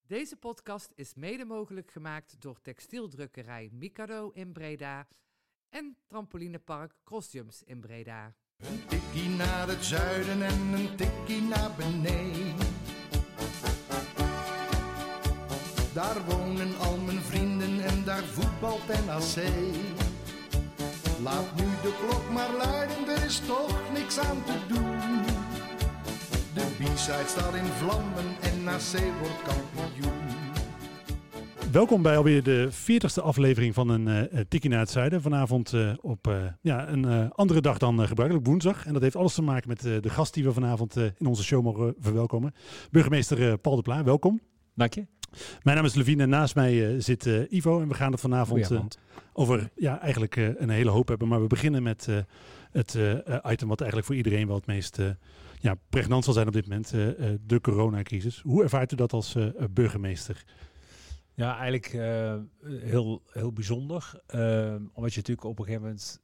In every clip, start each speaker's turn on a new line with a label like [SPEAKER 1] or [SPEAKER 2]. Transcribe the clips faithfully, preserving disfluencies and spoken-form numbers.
[SPEAKER 1] Deze podcast is mede mogelijk gemaakt door textieldrukkerij Mikado in Breda en trampolinepark Crossjumps in Breda.
[SPEAKER 2] Een tikkie naar het zuiden en een tikkie naar beneden. Daar wonen al mijn vrienden en daar voetbalt N A C. Laat nu de klok maar luiden, er is toch niks aan te doen. De B-side staat in vlammen en N A C wordt kampioen.
[SPEAKER 3] Welkom bij alweer de veertigste aflevering van een uh, Tikkie naar het Zuiden. Vanavond uh, op uh, ja, een uh, andere dag dan uh, gebruikelijk, woensdag. En dat heeft alles te maken met uh, de gast die we vanavond uh, in onze show mogen verwelkomen. Burgemeester uh, Paul de Pla, welkom.
[SPEAKER 4] Dank je.
[SPEAKER 3] Mijn naam is Levine en naast mij uh, zit uh, Ivo. En we gaan het vanavond uh, over ja, eigenlijk uh, een hele hoop hebben. Maar we beginnen met uh, het uh, item wat eigenlijk voor iedereen wel het meest uh, ja, pregnant zal zijn op dit moment. Uh, uh, de coronacrisis. Hoe ervaart u dat als uh, burgemeester?
[SPEAKER 4] Ja, eigenlijk uh, heel, heel bijzonder. Uh, omdat je natuurlijk op een gegeven moment,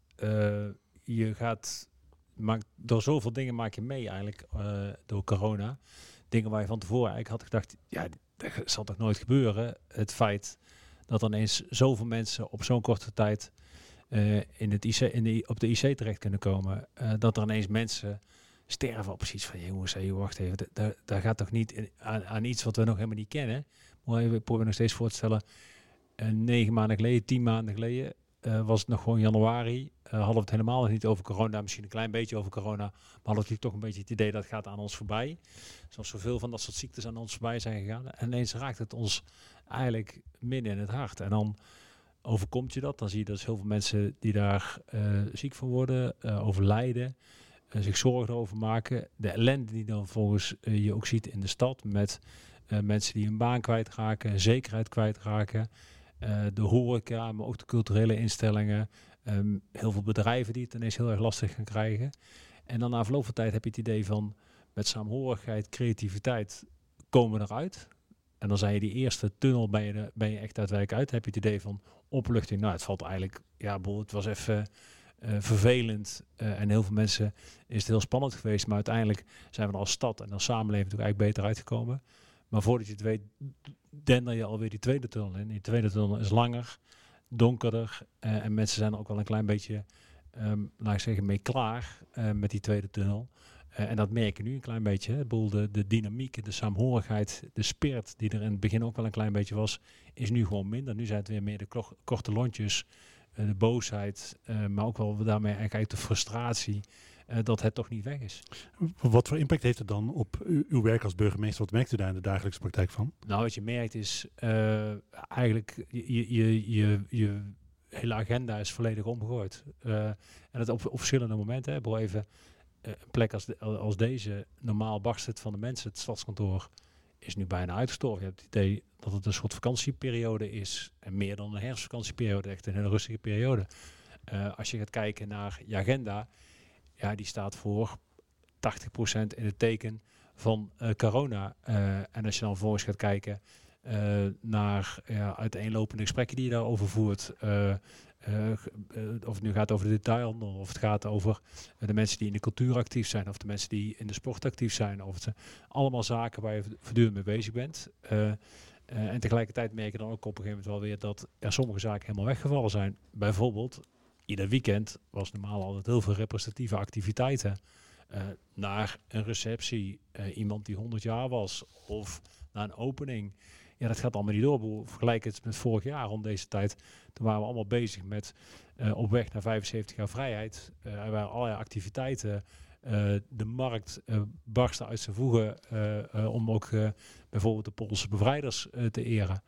[SPEAKER 4] uh, je gaat, maakt, door zoveel dingen maak je mee eigenlijk uh, door corona. Dingen waar je van tevoren eigenlijk had gedacht, ja, dat zal toch nooit gebeuren. Het feit dat er ineens zoveel mensen op zo'n korte tijd uh, in het I C, in de, op de I C terecht kunnen komen. Uh, dat er ineens mensen sterven op precies van, jongens, hey, wacht even, daar, daar gaat toch niet in, aan, aan iets wat we nog helemaal niet kennen. Maar we proberen nog steeds voor te stellen, uh, negen maanden geleden, tien maanden geleden, uh, was het nog gewoon januari. Uh, hadden we het helemaal nog niet over corona, misschien een klein beetje over corona, maar hadden we natuurlijk toch een beetje het idee dat het gaat aan ons voorbij. Zoals zoveel van dat soort ziektes aan ons voorbij zijn gegaan. En ineens raakt het ons eigenlijk midden in het hart. En dan overkomt je dat. Dan zie je dus heel veel mensen die daar uh, ziek van worden, uh, overlijden. Uh, zich zorgen erover maken. De ellende die dan volgens uh, je ook ziet in de stad met uh, mensen die hun baan kwijtraken, zekerheid kwijtraken. Uh, de horeca, maar ook de culturele instellingen. Um, heel veel bedrijven die het ineens heel erg lastig gaan krijgen. En dan na verloop van tijd heb je het idee van met saamhorigheid, creativiteit komen we eruit. En dan zijn je die eerste tunnel, ben je, de, ben je echt uit wijk uit. Heb je het idee van opluchting. Nou, het valt eigenlijk, ja, boel, het was even uh, vervelend. Uh, en heel veel mensen is het heel spannend geweest. Maar uiteindelijk zijn we er als stad en als samenleving natuurlijk eigenlijk beter uitgekomen. Maar voordat je het weet, dender je alweer die tweede tunnel in. Die tweede tunnel is langer, donkerder. Uh, en mensen zijn er ook wel een klein beetje, um, laat ik zeggen, mee klaar uh, met die tweede tunnel. Uh, en dat merk je nu een klein beetje. Hè. De, de dynamiek, de saamhorigheid, de spirit die er in het begin ook wel een klein beetje was, is nu gewoon minder. Nu zijn het weer meer de klo- korte lontjes, uh, de boosheid, uh, maar ook wel daarmee eigenlijk de frustratie uh, dat het toch niet weg is.
[SPEAKER 3] Wat voor impact heeft het dan op u, uw werk als burgemeester? Wat merkt u daar in de dagelijkse praktijk van?
[SPEAKER 4] Nou, wat je merkt is uh, eigenlijk je, je, je, je hele agenda is volledig omgegooid. Uh, en dat op, op verschillende momenten. Hè. Ik wil even een plek als, de, als deze, normaal barst het van de mensen. Het stadskantoor is nu bijna uitgestorven. Je hebt het idee dat het een soort vakantieperiode is. En meer dan een herfstvakantieperiode. Echt een hele rustige periode. Uh, als je gaat kijken naar je agenda. Ja, die staat voor tachtig procent in het teken van uh, corona. Uh, en als je dan vervolgens gaat kijken uh, naar ja, uiteenlopende gesprekken die je daarover voert. Uh, Uh, uh, of het nu gaat over de detailhandel, of het gaat over uh, de mensen die in de cultuur actief zijn, of de mensen die in de sport actief zijn. Of het uh, allemaal zaken waar je voortdurend mee bezig bent. Uh, uh, en tegelijkertijd merk je dan ook op een gegeven moment wel weer dat er sommige zaken helemaal weggevallen zijn. Bijvoorbeeld, ieder weekend was normaal altijd heel veel representatieve activiteiten. Uh, naar een receptie, uh, iemand die honderd jaar was, of naar een opening. Ja, dat gaat allemaal niet door. Vergelijk het met vorig jaar rond deze tijd. Toen waren we allemaal bezig met uh, op weg naar vijfenzeventig jaar vrijheid. Uh, er waren allerlei activiteiten. Uh, de markt uh, barstte uit zijn voegen uh, uh, om ook uh, bijvoorbeeld de Poolse bevrijders uh, te eren.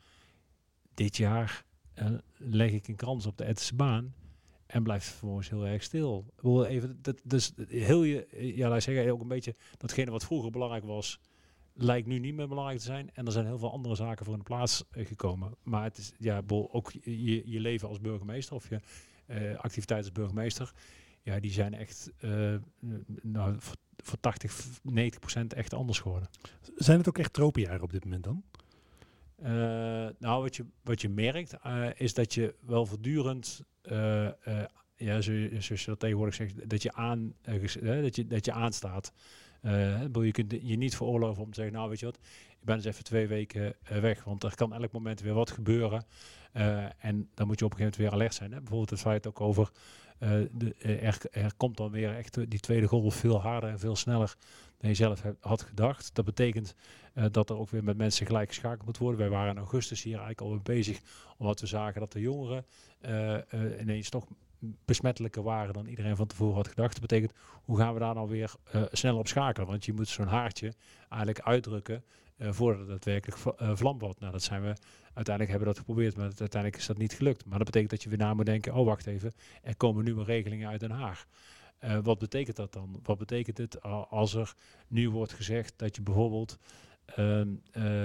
[SPEAKER 4] Dit jaar uh, leg ik een krans op de Ettische baan en blijft vervolgens heel erg stil. Ik wil even, dat, dus heel je, ja, laat ik zeggen, ook een beetje datgene wat vroeger belangrijk was, lijkt nu niet meer belangrijk te zijn. En er zijn heel veel andere zaken voor in de plaats uh, gekomen. Maar het is ja, ook je, je leven als burgemeester of je uh, activiteit als burgemeester. Ja, die zijn echt uh, nou, voor, voor tachtig, negentig procent echt anders geworden.
[SPEAKER 3] Zijn het ook echt tropenjaren op dit moment dan?
[SPEAKER 4] Uh, nou, wat je, wat je merkt uh, is dat je wel voortdurend, uh, uh, ja, zoals je dat tegenwoordig zegt, dat je, aan, uh, dat je, dat je aanstaat. Uh, je kunt je niet veroorloven om te zeggen, nou weet je wat, ik ben eens even twee weken uh, weg, want er kan elk moment weer wat gebeuren. Uh, en dan moet je op een gegeven moment weer alert zijn. Hè? Bijvoorbeeld het feit ook over, uh, de, uh, er, er komt dan weer echt die tweede golf veel harder en veel sneller dan je zelf heb, had gedacht. Dat betekent uh, dat er ook weer met mensen gelijk geschakeld moet worden. Wij waren in augustus hier eigenlijk al bezig, omdat we zagen dat de jongeren uh, uh, ineens toch besmettelijker waren dan iedereen van tevoren had gedacht. Dat betekent, hoe gaan we daar nou weer uh, sneller op schakelen? Want je moet zo'n haartje eigenlijk uitdrukken uh, voordat het daadwerkelijk v- uh, vlam wordt. Nou, dat zijn we, uiteindelijk hebben we dat geprobeerd, maar uiteindelijk is dat niet gelukt. Maar dat betekent dat je weer na moet denken, oh wacht even, er komen nieuwe regelingen uit Den Haag. Uh, wat betekent dat dan? Wat betekent het als er nu wordt gezegd dat je bijvoorbeeld Uh, uh,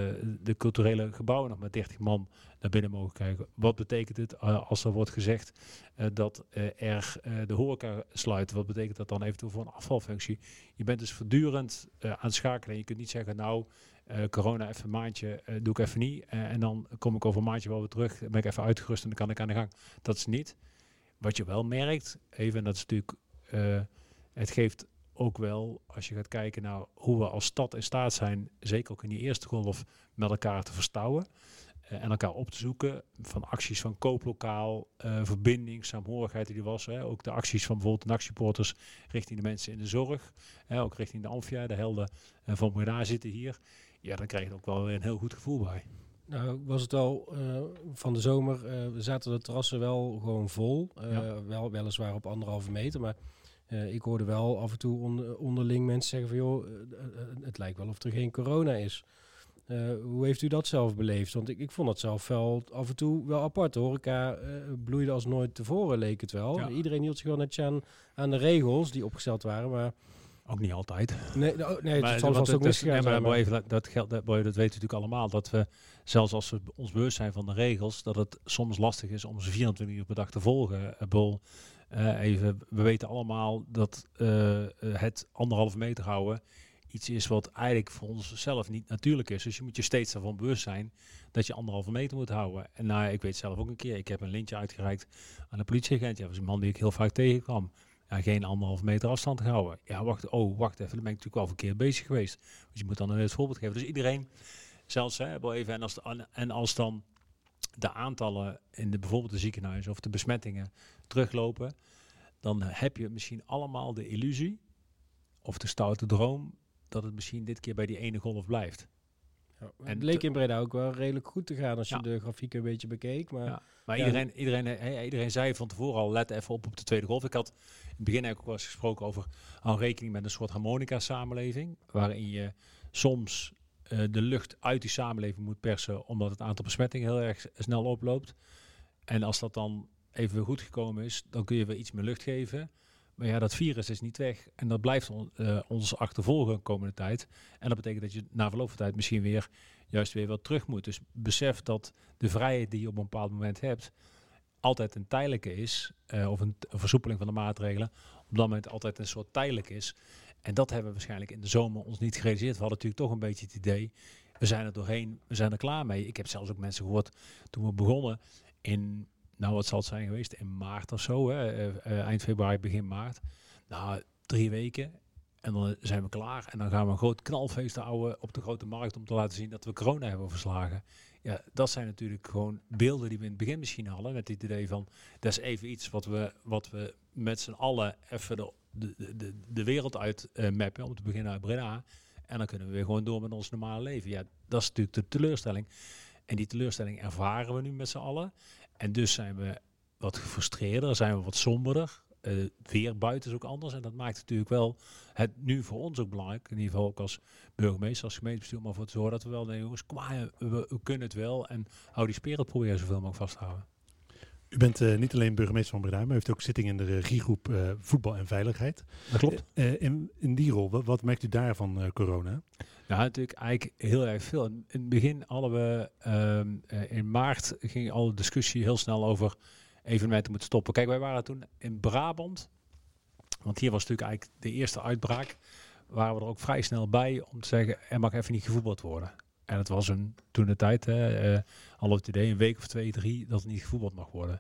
[SPEAKER 4] de culturele gebouwen nog met dertig man naar binnen mogen kijken? Wat betekent het uh, als er wordt gezegd uh, dat uh, er uh, de horeca sluit? Wat betekent dat dan eventueel voor een afvalfunctie? Je bent dus voortdurend uh, aan het schakelen. Je kunt niet zeggen, nou, uh, corona even een maandje, uh, doe ik even niet. Uh, en dan kom ik over een maandje wel weer terug. Ben ik even uitgerust en dan kan ik aan de gang. Dat is niet. Wat je wel merkt, even, en dat is natuurlijk, uh, het geeft ook wel, als je gaat kijken naar hoe we als stad in staat zijn, zeker ook in die eerste golf, met elkaar te verstouwen uh, en elkaar op te zoeken. Van acties van kooplokaal, uh, verbinding, saamhorigheid die er was. Hè. Ook de acties van bijvoorbeeld de NAC-supporters richting de mensen in de zorg. Hè, ook richting de Amphia, de helden uh, van Breda zitten hier. Ja, daar krijg je ook wel weer een heel goed gevoel bij.
[SPEAKER 5] Nou, was het al uh, van de zomer, uh, zaten de terrassen wel gewoon vol. Uh, ja. wel, weliswaar op anderhalve meter, maar Uh, ik hoorde wel af en toe onder, onderling mensen zeggen van joh, uh, uh, het lijkt wel of er geen corona is. Uh, hoe heeft u dat zelf beleefd? Want ik, ik vond het zelf wel af en toe wel apart. De horeca uh, bloeide als nooit tevoren, leek het wel. Ja. Iedereen hield zich wel netjes aan, aan de regels die opgesteld waren, maar
[SPEAKER 4] ook niet altijd.
[SPEAKER 5] Nee, no, nee
[SPEAKER 4] maar,
[SPEAKER 5] het zal vast ook misgegaan
[SPEAKER 4] nee, maar,
[SPEAKER 5] maar
[SPEAKER 4] even, dat, geldt, dat, dat weten we natuurlijk allemaal. Dat we, zelfs als we ons bewust zijn van de regels, dat het soms lastig is om ze vierentwintig uur per dag te volgen. Uh, Bol, uh, even, we weten allemaal dat uh, het anderhalve meter houden iets is wat eigenlijk voor onszelf niet natuurlijk is. Dus je moet je steeds ervan bewust zijn dat je anderhalve meter moet houden. En nou, ik weet zelf ook een keer, ik heb een lintje uitgereikt aan een politieagent. Ja, dat was een man die ik heel vaak tegenkwam. Ja, geen anderhalve meter afstand houden. Ja, wacht, oh, wacht even, dan ben ik natuurlijk al verkeerd bezig geweest. Dus je moet dan een het voorbeeld geven. Dus iedereen, zelfs, hè, even, en als, de, en als dan de aantallen in de, bijvoorbeeld de ziekenhuizen of de besmettingen teruglopen, dan heb je misschien allemaal de illusie of de stoute droom dat het misschien dit keer bij die ene golf blijft.
[SPEAKER 5] Ja, en het leek in Breda ook wel redelijk goed te gaan als je ja. de grafieken een beetje bekeek. Maar,
[SPEAKER 4] ja, maar
[SPEAKER 5] ja.
[SPEAKER 4] iedereen, iedereen, he, iedereen zei van tevoren al, let even op op de tweede golf. Ik had in het begin eigenlijk ook wel eens gesproken over hou rekening met een soort harmonica-samenleving, waarin je soms uh, de lucht uit die samenleving moet persen, omdat het aantal besmettingen heel erg snel oploopt. En als dat dan even weer goed gekomen is, dan kun je weer iets meer lucht geven. Maar ja, dat virus is niet weg en dat blijft on, uh, ons achtervolgen de komende tijd. En dat betekent dat je na verloop van tijd misschien weer juist weer wat terug moet. Dus besef dat de vrijheid die je op een bepaald moment hebt altijd een tijdelijke is, uh, of een, t- een versoepeling van de maatregelen, op dat moment altijd een soort tijdelijk is. En dat hebben we waarschijnlijk in de zomer ons niet gerealiseerd. We hadden natuurlijk toch een beetje het idee, we zijn er doorheen, we zijn er klaar mee. Ik heb zelfs ook mensen gehoord toen we begonnen in, nou wat zal het zijn geweest, in maart of zo, hè, uh, uh, eind februari, begin maart. Nou, drie weken en dan zijn we klaar. En dan gaan we een groot knalfeest houden op de grote markt om te laten zien dat we corona hebben verslagen. Ja, dat zijn natuurlijk gewoon beelden die we in het begin misschien hadden. Met het idee van, dat is even iets wat we, wat we met z'n allen even de, de, de, de wereld uit uh, mappen. Om te beginnen uit Breda. En dan kunnen we weer gewoon door met ons normale leven. Ja, dat is natuurlijk de teleurstelling. En die teleurstelling ervaren we nu met z'n allen. En dus zijn we wat gefrustreerder, zijn we wat somberder. Uh, het weer buiten is ook anders. En dat maakt natuurlijk wel het nu voor ons ook belangrijk. In ieder geval ook als burgemeester, als gemeentebestuur. Maar voor te zorgen dat we wel, nee jongens, kom maar, we, we kunnen het wel. En hou die spirit proberen zoveel mogelijk vast te houden.
[SPEAKER 3] U bent uh, niet alleen burgemeester van Breda, maar u heeft ook zitting in de regiegroep uh, Voetbal en Veiligheid.
[SPEAKER 4] Dat klopt.
[SPEAKER 3] Uh, uh, in, in die rol, wat, wat merkt u daar van uh, corona?
[SPEAKER 4] Ja, natuurlijk eigenlijk heel erg veel. In het begin hadden we, um, uh, in maart ging al de discussie heel snel over evenementen moeten stoppen. Kijk, wij waren toen in Brabant, want hier was natuurlijk eigenlijk de eerste uitbraak, waren we er ook vrij snel bij om te zeggen, er mag even niet gevoetbald worden. En het was een, toen de tijd, hè, uh, al het idee, een week of twee, drie, dat het niet gevoetbald mag worden.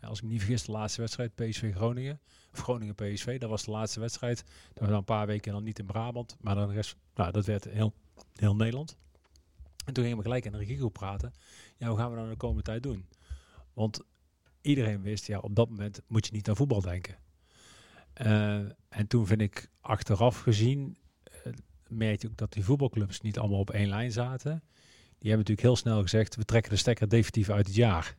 [SPEAKER 4] als ik me niet vergis, de laatste wedstrijd P S V Groningen. Of Groningen P S V, dat was de laatste wedstrijd. Dat was dan een paar weken dan niet in Brabant. Maar dan de rest, nou, dat werd heel, heel Nederland. En toen gingen we gelijk in de regiegroep praten. Ja, hoe gaan we nou de komende tijd doen? Want iedereen wist, ja, op dat moment moet je niet aan voetbal denken. Uh, en toen vind ik achteraf gezien, uh, merk je ook dat die voetbalclubs niet allemaal op één lijn zaten. Die hebben natuurlijk heel snel gezegd, we trekken de stekker definitief uit het jaar.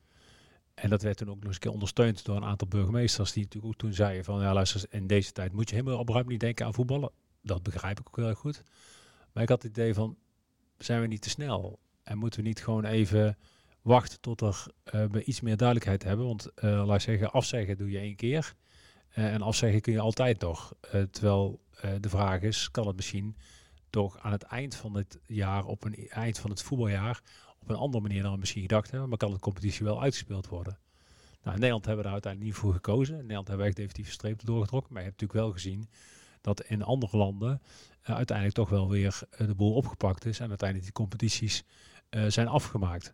[SPEAKER 4] En dat werd toen ook nog eens een keer ondersteund door een aantal burgemeesters die natuurlijk ook toen zeiden van, ja luister, in deze tijd moet je helemaal abrupt niet denken aan voetballen. Dat begrijp ik ook heel erg goed. Maar ik had het idee van, zijn we niet te snel? En moeten we niet gewoon even wachten tot er uh, we iets meer duidelijkheid hebben? Want uh, laat ik zeggen, afzeggen doe je één keer. Uh, en afzeggen kun je altijd nog. Uh, terwijl uh, de vraag is, kan het misschien toch aan het eind van het jaar, op een eind van het voetbaljaar, op een andere manier dan we misschien gedacht hebben, maar kan de competitie wel uitgespeeld worden? Nou, in Nederland hebben we daar uiteindelijk niet voor gekozen. In Nederland hebben we echt definitief een streep doorgetrokken. Maar je hebt natuurlijk wel gezien dat in andere landen uh, uiteindelijk toch wel weer uh, de boel opgepakt is en uiteindelijk die competities uh, zijn afgemaakt.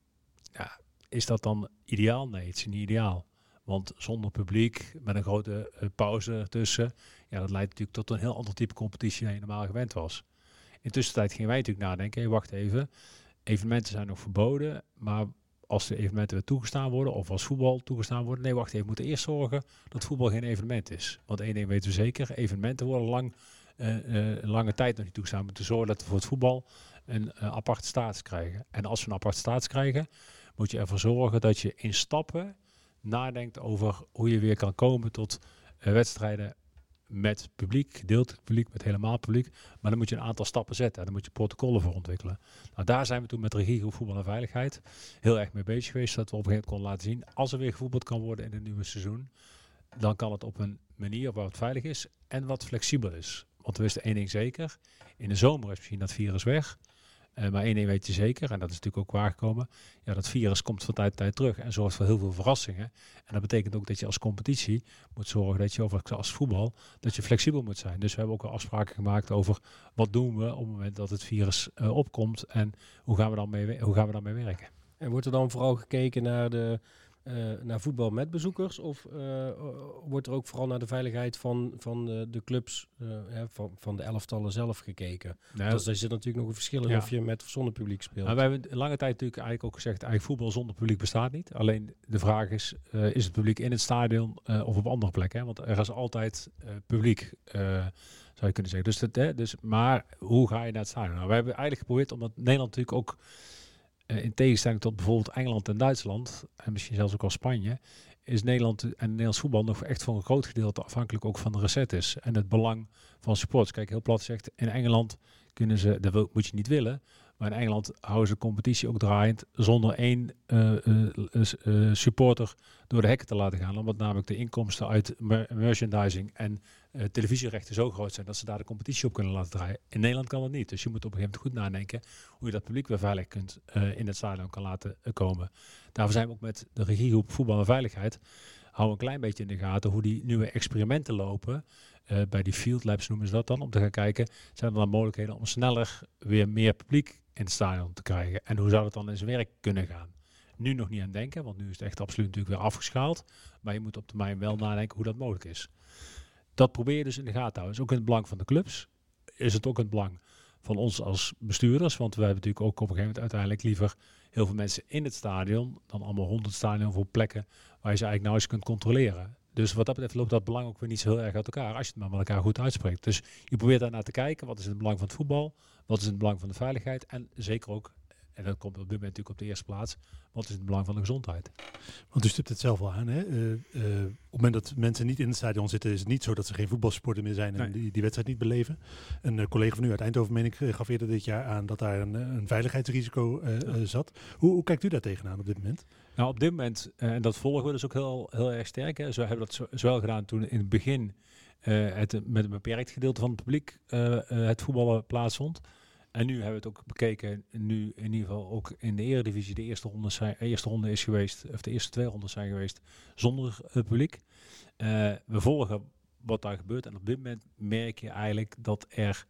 [SPEAKER 4] Ja, is dat dan ideaal? Nee, het is niet ideaal. Want zonder publiek, met een grote uh, pauze ertussen, ja, dat leidt natuurlijk tot een heel ander type competitie dan je normaal gewend was. In tussentijd gingen wij natuurlijk nadenken, hey, wacht even, evenementen zijn nog verboden, maar als de evenementen weer toegestaan worden, of als voetbal toegestaan worden, nee, wacht even, we moeten eerst zorgen dat voetbal geen evenement is. Want één ding weten we zeker, evenementen worden lang, uh, uh, een lange tijd nog niet toegestaan. We moeten zorgen dat we voor het voetbal een uh, aparte status krijgen. En als we een aparte status krijgen, moet je ervoor zorgen dat je in stappen nadenkt over hoe je weer kan komen tot uh, wedstrijden met publiek, gedeeltelijk publiek, met helemaal publiek. Maar dan moet je een aantal stappen zetten. Dan moet je protocollen voor ontwikkelen. Nou, daar zijn we toen met de regiegroep Voetbal en Veiligheid heel erg mee bezig geweest. Dat we op een gegeven moment konden laten zien, als er weer gevoetbald kan worden in het nieuwe seizoen, dan kan het op een manier waar het veilig is en wat flexibel is. Want we wisten één ding zeker. In de zomer is misschien dat virus weg. Uh, maar één ding weet je zeker, en dat is natuurlijk ook waargekomen, ja, dat virus komt van tijd tot tijd terug en zorgt voor heel veel verrassingen. En dat betekent ook dat je als competitie moet zorgen dat je, of als voetbal, dat je flexibel moet zijn. Dus we hebben ook al afspraken gemaakt over wat doen we op het moment dat het virus uh, opkomt en hoe gaan we dan mee, hoe gaan we dan mee werken.
[SPEAKER 5] En wordt er dan vooral gekeken naar de Uh, naar voetbal met bezoekers? Of uh, wordt er ook vooral naar de veiligheid van, van uh, de clubs, uh, hè, van, van de elftallen zelf gekeken? Nou, dus er zit natuurlijk nog een verschil in ja. of je met of zonder publiek speelt.
[SPEAKER 4] Nou, wij hebben lange tijd natuurlijk eigenlijk ook gezegd, eigenlijk voetbal zonder publiek bestaat niet. Alleen de vraag is, uh, is het publiek in het stadion uh, of op andere plekken? Hè? Want er is altijd uh, publiek, uh, zou je kunnen zeggen. Dus, dat, hè, dus, maar hoe ga je naar het stadion? Nou, wij hebben eigenlijk geprobeerd, omdat Nederland natuurlijk ook Uh, in tegenstelling tot bijvoorbeeld Engeland en Duitsland, en misschien zelfs ook al Spanje, is Nederland en Nederlands voetbal nog echt voor een groot gedeelte afhankelijk ook van de recettes en het belang van supporters. Kijk, heel plat gezegd, in Engeland kunnen ze, dat wil, moet je niet willen, maar in Engeland houden ze de competitie ook draaiend zonder één uh, uh, uh, supporter door de hekken te laten gaan. Omdat namelijk de inkomsten uit mer- merchandising en uh, televisierechten zo groot zijn dat ze daar de competitie op kunnen laten draaien. In Nederland kan dat niet. Dus je moet op een gegeven moment goed nadenken hoe je dat publiek weer veilig kunt uh, in het stadion kan laten uh, komen. Daarvoor zijn we ook met de regiegroep Voetbal en Veiligheid houden een klein beetje in de gaten hoe die nieuwe experimenten lopen. Uh, bij die field labs noemen ze dat dan, om te gaan kijken, zijn er dan mogelijkheden om sneller weer meer publiek in het stadion te krijgen. En hoe zou dat dan in zijn werk kunnen gaan? Nu nog niet aan denken, want nu is het echt absoluut natuurlijk weer afgeschaald. Maar je moet op termijn wel nadenken hoe dat mogelijk is. Dat probeer je dus in de gaten te houden. Is ook in het belang van de clubs. Is het ook in het belang van ons als bestuurders. Want wij hebben natuurlijk ook op een gegeven moment uiteindelijk liever heel veel mensen in het stadion dan allemaal rond het stadion voor plekken waar je ze eigenlijk nauwelijks kunt controleren. Dus wat dat betreft loopt dat belang ook weer niet zo heel erg uit elkaar als je het maar met elkaar goed uitspreekt. Dus je probeert daar naar te kijken. Wat is het belang van het voetbal? Wat is het belang van de veiligheid? En zeker ook, en dat komt op dit moment natuurlijk op de eerste plaats, wat is het belang van de gezondheid?
[SPEAKER 3] Want u stipt het zelf al aan. Hè? Uh, uh, op het moment dat mensen niet in het stadion zitten, is het niet zo dat ze geen voetbalsporter meer zijn en nee. die, die wedstrijd niet beleven. Een uh, collega van u uit Eindhoven, meen ik, gaf eerder dit jaar aan dat daar een, een veiligheidsrisico uh, ja. uh, zat. Hoe, hoe kijkt u daar tegenaan op dit moment?
[SPEAKER 4] Nou, op dit moment, uh, en dat volgen we dus ook heel, heel erg sterk. Hè. Zo hebben we dat zo, zowel gedaan toen in het begin uh, het, met een beperkt gedeelte van het publiek uh, uh, het voetballen plaatsvond. En nu hebben we het ook bekeken, nu in ieder geval ook in de Eredivisie, de eerste ronde, zijn, eerste ronde is geweest, of de eerste twee rondes zijn geweest zonder uh, publiek. Uh, we volgen wat daar gebeurt en op dit moment merk je eigenlijk dat er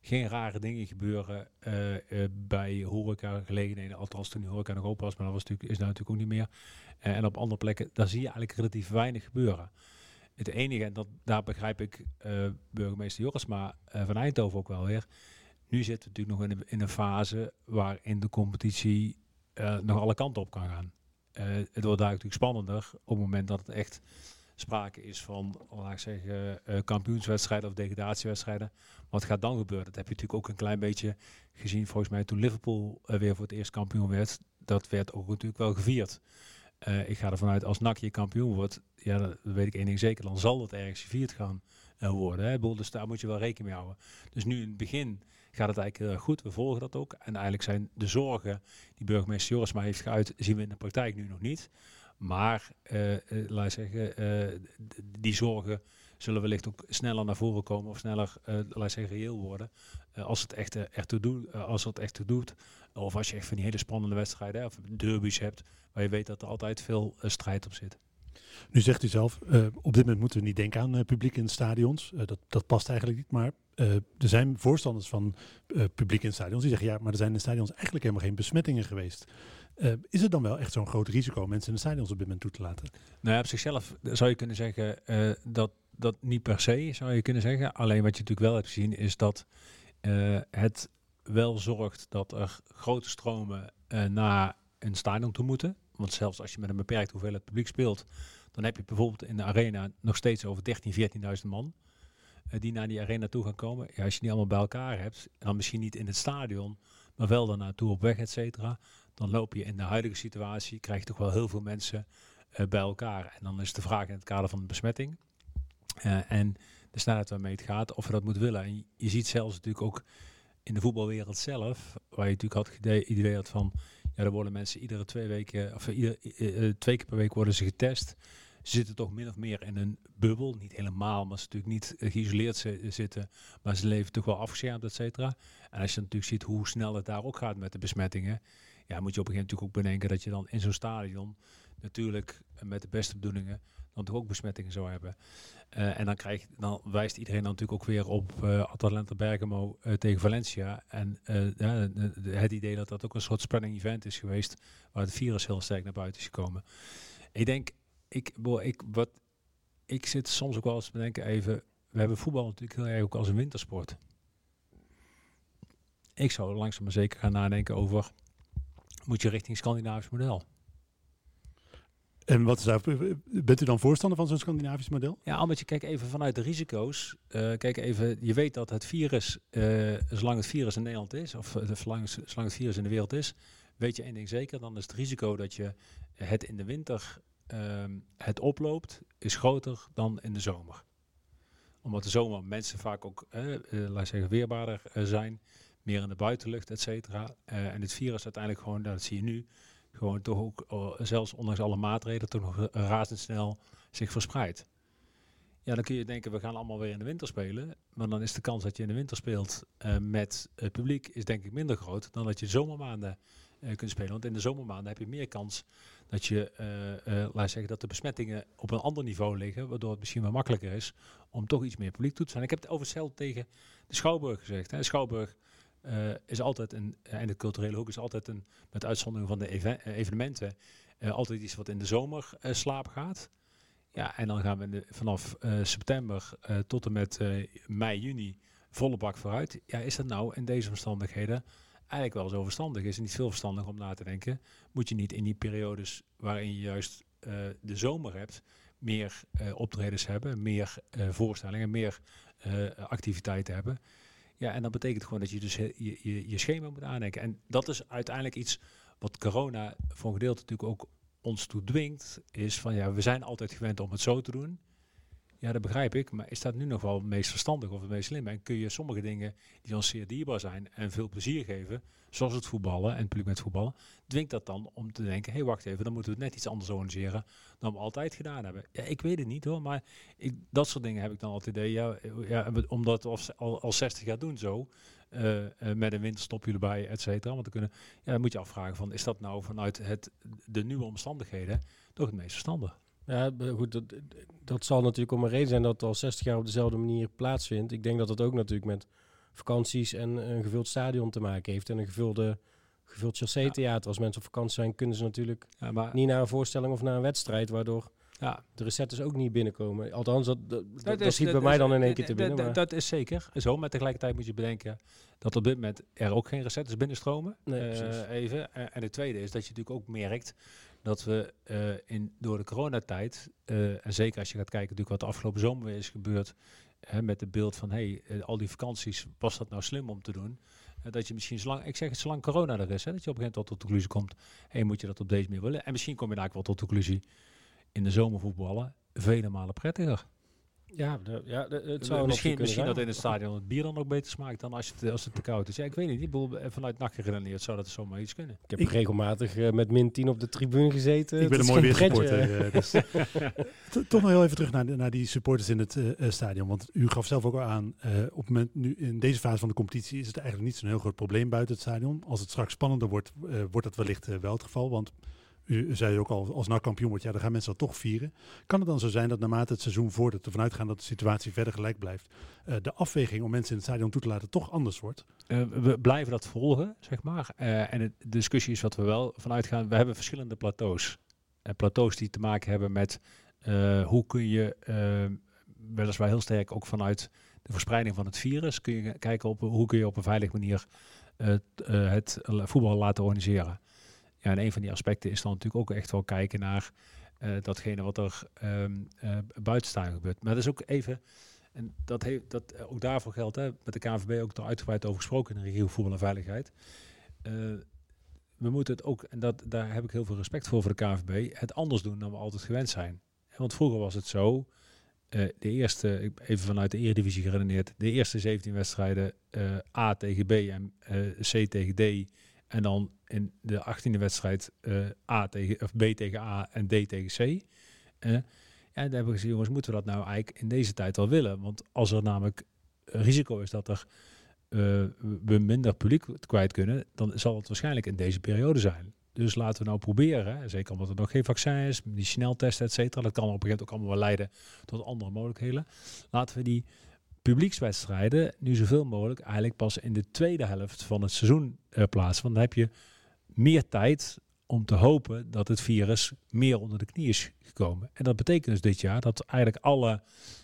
[SPEAKER 4] geen rare dingen gebeuren uh, uh, bij horecagelegenheden. Althans toen die horeca nog open was, maar dat was natuurlijk, is nou natuurlijk ook niet meer. Uh, en op andere plekken, daar zie je eigenlijk relatief weinig gebeuren. Het enige, en dat, daar begrijp ik uh, burgemeester Jorisma uh, van Eindhoven ook wel weer. Nu zitten we natuurlijk nog in een, in een fase waarin de competitie uh, nog alle kanten op kan gaan. Uh, het wordt daar natuurlijk spannender op het moment dat het echt sprake is van, laat ik zeggen, uh, kampioenswedstrijden of degradatiewedstrijden. Wat gaat dan gebeuren? Dat heb je natuurlijk ook een klein beetje gezien volgens mij toen Liverpool uh, weer voor het eerst kampioen werd. Dat werd ook natuurlijk wel gevierd. Uh, ik ga ervan uit, als N A C je kampioen wordt, ja, dat weet ik één ding zeker, dan zal dat ergens gevierd gaan uh, worden. Hè? Dus daar moet je wel rekening mee houden. Dus nu in het begin gaat het eigenlijk heel erg goed. We volgen dat ook. En eigenlijk zijn de zorgen die burgemeester Jorisma heeft geuit, zien we in de praktijk nu nog niet. Maar, uh, uh, laat ik zeggen, uh, die zorgen zullen wellicht ook sneller naar voren komen of sneller, uh, laat ik zeggen, reëel worden. Uh, als het echt uh, ertoe doet, uh, als het echt doet. Of als je echt van die hele spannende wedstrijden, of derbies hebt, waar je weet dat er altijd veel uh, strijd op zit.
[SPEAKER 3] Nu zegt u zelf, uh, op dit moment moeten we niet denken aan uh, publiek in de stadions. Uh, dat, dat past eigenlijk niet, maar uh, er zijn voorstanders van uh, publiek in stadions die zeggen, ja, maar er zijn in de stadions eigenlijk helemaal geen besmettingen geweest. Uh, is het dan wel echt zo'n groot risico om mensen in de stadions op dit moment toe te laten?
[SPEAKER 4] Nou ja, op zichzelf zou je kunnen zeggen uh, dat dat niet per se zou je kunnen zeggen. Alleen wat je natuurlijk wel hebt gezien is dat uh, het wel zorgt dat er grote stromen uh, naar een stadion toe moeten. Want zelfs als je met een beperkte hoeveelheid publiek speelt, dan heb je bijvoorbeeld in de arena nog steeds over dertienduizend, veertienduizend man uh, die naar die arena toe gaan komen. Ja, als je die allemaal bij elkaar hebt, dan misschien niet in het stadion, maar wel daar naartoe op weg, et cetera, dan loop je in de huidige situatie, krijg je toch wel heel veel mensen uh, bij elkaar. En dan is de vraag in het kader van de besmetting uh, en de snelheid waarmee het gaat, of je dat moet willen. En je, je ziet zelfs natuurlijk ook in de voetbalwereld zelf, waar je natuurlijk had idee, idee had van, ja, er worden mensen iedere twee weken, of ieder, uh, twee keer per week worden ze getest. Ze zitten toch min of meer in een bubbel, niet helemaal, maar ze natuurlijk niet uh, geïsoleerd z- zitten, maar ze leven toch wel afgeschermd, et cetera. En als je natuurlijk ziet hoe snel het daar ook gaat met de besmettingen, ja, moet je op een gegeven moment natuurlijk ook bedenken dat je dan in zo'n stadion natuurlijk uh, met de beste bedoelingen dan toch ook besmettingen zou hebben. Uh, en dan, krijg, dan wijst iedereen dan natuurlijk ook weer op uh, Atalanta Bergamo uh, tegen Valencia. En uh, ja, de, de, het idee dat dat ook een soort spreading event is geweest, waar het virus heel sterk naar buiten is gekomen. Ik denk, ik, boh, ik, wat, ik zit soms ook wel eens te bedenken even, we hebben voetbal natuurlijk heel erg ook als een wintersport. Ik zou langzaam maar zeker gaan nadenken over, moet je richting Scandinavisch model?
[SPEAKER 3] En wat is daar, bent u dan voorstander van zo'n Scandinavisch model?
[SPEAKER 4] Ja, omdat je kijkt even vanuit de risico's. Uh, kijk even, je weet dat het virus, uh, zolang het virus in Nederland is, of uh, zolang, zolang het virus in de wereld is, weet je één ding zeker, dan is het risico dat je het in de winter uh, het oploopt, is groter dan in de zomer. Omdat de zomer mensen vaak ook, uh, uh, laat ik zeggen, weerbaarder uh, zijn, meer in de buitenlucht, et cetera. Uh, en het virus uiteindelijk gewoon, nou, dat zie je nu, gewoon toch ook, uh, zelfs ondanks alle maatregelen, toch nog uh, razendsnel zich verspreidt. Ja, dan kun je denken, we gaan allemaal weer in de winter spelen. Maar dan is de kans dat je in de winter speelt uh, met het publiek is denk ik minder groot dan dat je zomermaanden uh, kunt spelen. Want in de zomermaanden heb je meer kans dat je, uh, uh, laat zeggen, dat de besmettingen op een ander niveau liggen, waardoor het misschien wel makkelijker is om toch iets meer publiek toe te zijn. Ik heb het over hetzelfde tegen de Schouwburg gezegd. Hè. De Schouwburg Uh, is altijd een, uh, en de culturele hoek is altijd een, met uitzondering van de even, uh, evenementen, uh, altijd iets wat in de zomer uh, slaap gaat. Ja, en dan gaan we in de, vanaf uh, september uh, tot en met uh, mei, juni volle bak vooruit. Ja, is dat nou in deze omstandigheden eigenlijk wel zo verstandig? Is het niet veel verstandig om na te denken? Moet je niet in die periodes waarin je juist uh, de zomer hebt, meer uh, optredens hebben, meer uh, voorstellingen, meer uh, activiteiten hebben? Ja, en dat betekent gewoon dat je dus je, je, je schema moet aandenken. En dat is uiteindelijk iets wat corona voor een gedeelte natuurlijk ook ons toe dwingt. Is van, ja, we zijn altijd gewend om het zo te doen. Ja, dat begrijp ik. Maar is dat nu nog wel het meest verstandig of het meest slim? En kun je sommige dingen die ons zeer dierbaar zijn en veel plezier geven, zoals het voetballen en het publiek met voetballen, dwingt dat dan om te denken, hé, hey, wacht even, dan moeten we het net iets anders organiseren dan we altijd gedaan hebben. Ja, ik weet het niet hoor, maar ik, dat soort dingen heb ik dan altijd idee. Ja, ja, omdat we al, al zestig jaar doen zo, uh, uh, met een winterstopje erbij, et cetera. Want dan kunnen, ja, dan moet je afvragen van, is dat nou vanuit het, de nieuwe omstandigheden toch het meest verstandig?
[SPEAKER 5] Ja, goed, dat, dat zal natuurlijk om een reden zijn dat het al zestig jaar op dezelfde manier plaatsvindt. Ik denk dat het ook natuurlijk met vakanties en een gevuld stadion te maken heeft. En een gevulde, gevuld chassé-theater. Ja. Als mensen op vakantie zijn, kunnen ze natuurlijk ja, maar niet naar een voorstelling of naar een wedstrijd, waardoor ja. de recettes ook niet binnenkomen. Althans, dat, dat, dat, dat, dat schiet bij dat mij is, dan in één keer te binnen.
[SPEAKER 4] Dat, dat is zeker zo, maar tegelijkertijd moet je bedenken dat op dit moment er ook geen recettes binnenstromen. Nee, uh, even. Uh, en het tweede is dat je natuurlijk ook merkt dat we uh, in, door de coronatijd, uh, en zeker als je gaat kijken natuurlijk wat de afgelopen zomer weer is gebeurd, uh, met het beeld van, hey, uh, al die vakanties, was dat nou slim om te doen? Uh, dat je misschien, zolang, ik zeg het, zolang corona er is, hè, dat je op een gegeven moment tot de conclusie komt, hey, moet je dat op deze manier willen? En misschien kom je daar wel tot de conclusie, in de zomervoetballen, vele malen prettiger.
[SPEAKER 5] Ja, de, ja de, het zou
[SPEAKER 4] misschien misschien dat in het stadion het bier dan ook beter smaakt dan als het, als het te koud is. Ja, ik weet niet. Ik bedoel, vanuit N A C geredeneerd zou dat zomaar iets kunnen.
[SPEAKER 5] Ik heb
[SPEAKER 3] ik,
[SPEAKER 5] regelmatig uh, met min tien op de tribune gezeten.
[SPEAKER 3] Ik ben een mooi weersupporter. Uh, dus. Toch nog heel even terug naar, naar die supporters in het uh, stadion. Want u gaf zelf ook al aan, uh, op het moment nu in deze fase van de competitie is het eigenlijk niet zo'n heel groot probleem buiten het stadion. Als het straks spannender wordt, uh, wordt dat wellicht uh, wel het geval. Want u zei ook al, als N A C kampioen wordt, ja, dan gaan mensen dat toch vieren. Kan het dan zo zijn dat naarmate het seizoen vordert, ervan uitgaan dat de situatie verder gelijk blijft, uh, de afweging om mensen in het stadion toe te laten toch anders wordt?
[SPEAKER 4] Uh, we blijven dat volgen, zeg maar. Uh, en het, de discussie is wat we wel vanuit gaan. We hebben verschillende plateaus. Uh, plateaus die te maken hebben met uh, hoe kun je, uh, weliswaar heel sterk ook vanuit de verspreiding van het virus, kun je kijken op hoe kun je op een veilige manier uh, uh, het voetbal laten organiseren. Ja, en een van die aspecten is dan natuurlijk ook echt wel kijken naar uh, datgene wat er um, uh, buiten staan gebeurt. Maar dat is ook even, en dat heeft, dat, ook daarvoor geldt, hè, met de K N V B ook er uitgebreid over gesproken in de regio voetbal en veiligheid. Uh, we moeten het ook, en dat, daar heb ik heel veel respect voor voor de K N V B, het anders doen dan we altijd gewend zijn. Want vroeger was het zo, uh, de eerste, even vanuit de Eredivisie geredeneerd, de eerste zeventien wedstrijden uh, A tegen B en uh, C tegen D. En dan in de achttiende wedstrijd uh, A tegen, of B tegen A en D tegen C. Uh, en dan hebben we gezegd, jongens, moeten we dat nou eigenlijk in deze tijd wel willen? Want als er namelijk risico is dat er uh, we minder publiek kwijt kunnen, dan zal het waarschijnlijk in deze periode zijn. Dus laten we nou proberen, hè, zeker omdat er nog geen vaccin is, die sneltesten, et cetera. Dat kan op een gegeven moment ook allemaal wel leiden tot andere mogelijkheden. Laten we die publiekswedstrijden nu zoveel mogelijk eigenlijk pas in de tweede helft van het seizoen uh, plaatsen. Want dan heb je meer tijd om te hopen dat het virus meer onder de knie is gekomen. En dat betekent dus dit jaar dat eigenlijk alle,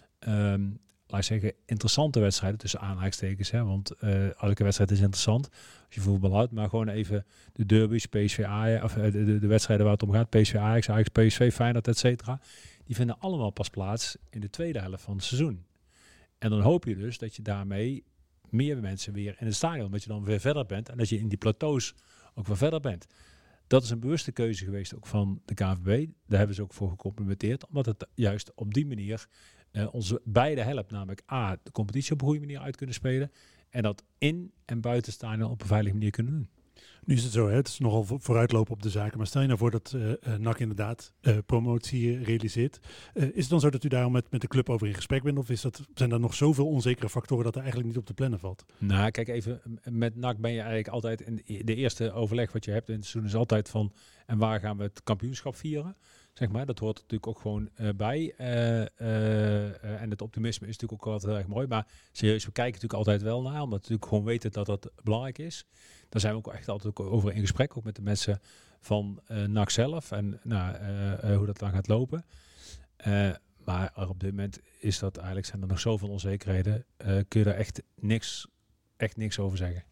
[SPEAKER 4] um, laat ik zeggen, interessante wedstrijden, tussen aanhalingstekens, hè, want uh, elke wedstrijd is interessant als je voetbal houdt, maar gewoon even de derbies, P S V Ajax, of uh, de, de, de wedstrijden waar het om gaat, P S V Ajax, Ajax, P S V, Feyenoord, et cetera, die vinden allemaal pas plaats in de tweede helft van het seizoen. En dan hoop je dus dat je daarmee meer mensen weer in het stadion, dat je dan weer verder bent en dat je in die plateaus ook weer verder bent. Dat is een bewuste keuze geweest ook van de K N V B. Daar hebben ze ook voor gecomplimenteerd, omdat het juist op die manier uh, onze beide helpt, namelijk A, de competitie op een goede manier uit kunnen spelen en dat in en buiten het stadion op een veilige manier kunnen doen.
[SPEAKER 3] Nu is het zo, hè? Het is nogal vooruitlopen op de zaken. Maar stel je nou voor dat uh, N A C inderdaad uh, promotie uh, realiseert. Uh, is het dan zo dat u daar met, met de club over in gesprek bent? Of is dat, zijn er nog zoveel onzekere factoren dat er eigenlijk niet op te plannen valt?
[SPEAKER 4] Nou, kijk even. Met N A C ben je eigenlijk altijd in de eerste overleg wat je hebt in het seizoen is altijd van en waar gaan we het kampioenschap vieren? Zeg maar, dat hoort natuurlijk ook gewoon uh, bij. Uh, uh, uh, en het optimisme is natuurlijk ook altijd heel erg mooi. Maar serieus, we kijken natuurlijk altijd wel naar. Omdat we natuurlijk gewoon weten dat dat belangrijk is. Daar zijn we ook echt altijd ook over in gesprek. Ook met de mensen van uh, N A C zelf. En nou, uh, uh, hoe dat dan gaat lopen. Uh, maar op dit moment is dat eigenlijk, zijn er nog zoveel onzekerheden. Uh, kun je daar echt niks, echt niks over zeggen.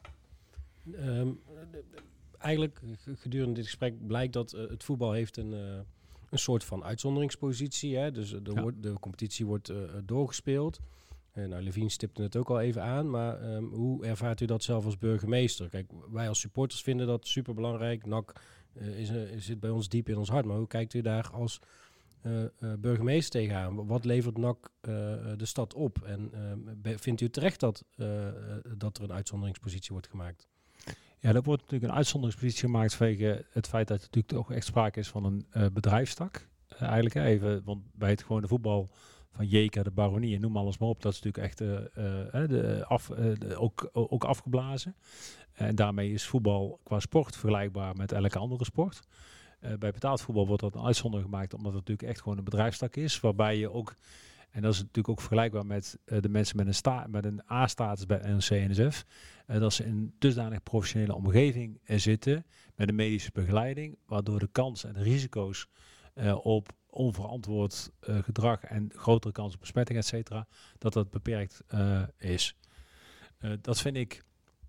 [SPEAKER 5] Um, eigenlijk gedurende dit gesprek blijkt dat uh, het voetbal heeft een... Uh, Een soort van uitzonderingspositie. Hè? Dus de, ja. wordt, de competitie wordt uh, doorgespeeld. Uh, nou, Levine stipte het ook al even aan. Maar um, hoe ervaart u dat zelf als burgemeester? Kijk, wij als supporters vinden dat superbelangrijk. N A C uh, is, uh, zit bij ons diep in ons hart. Maar hoe kijkt u daar als uh, uh, burgemeester tegenaan? Wat levert N A C uh, de stad op? En uh, vindt u terecht dat, uh, dat er een uitzonderingspositie wordt gemaakt?
[SPEAKER 4] Ja, er wordt natuurlijk een uitzonderingspositie gemaakt vanwege het feit dat er natuurlijk ook echt sprake is van een uh, bedrijfstak. Uh, eigenlijk hè, even, want bij het gewone voetbal van Jeka, de Baronie en noem alles maar op, dat is natuurlijk echt uh, uh, de af, uh, de, ook, ook afgeblazen. Uh, en daarmee is voetbal qua sport vergelijkbaar met elke andere sport. Uh, bij betaald voetbal wordt dat een uitzondering gemaakt, omdat het natuurlijk echt gewoon een bedrijfstak is, waarbij je ook En dat is natuurlijk ook vergelijkbaar met uh, de mensen met een, sta- met een A-status bij N O C N S F. Uh, dat ze in een dusdanig professionele omgeving uh, zitten met een medische begeleiding, waardoor de kans en de risico's uh, op onverantwoord uh, gedrag en grotere kans op besmetting, et cetera, dat dat beperkt uh, is. Uh, dat vind ik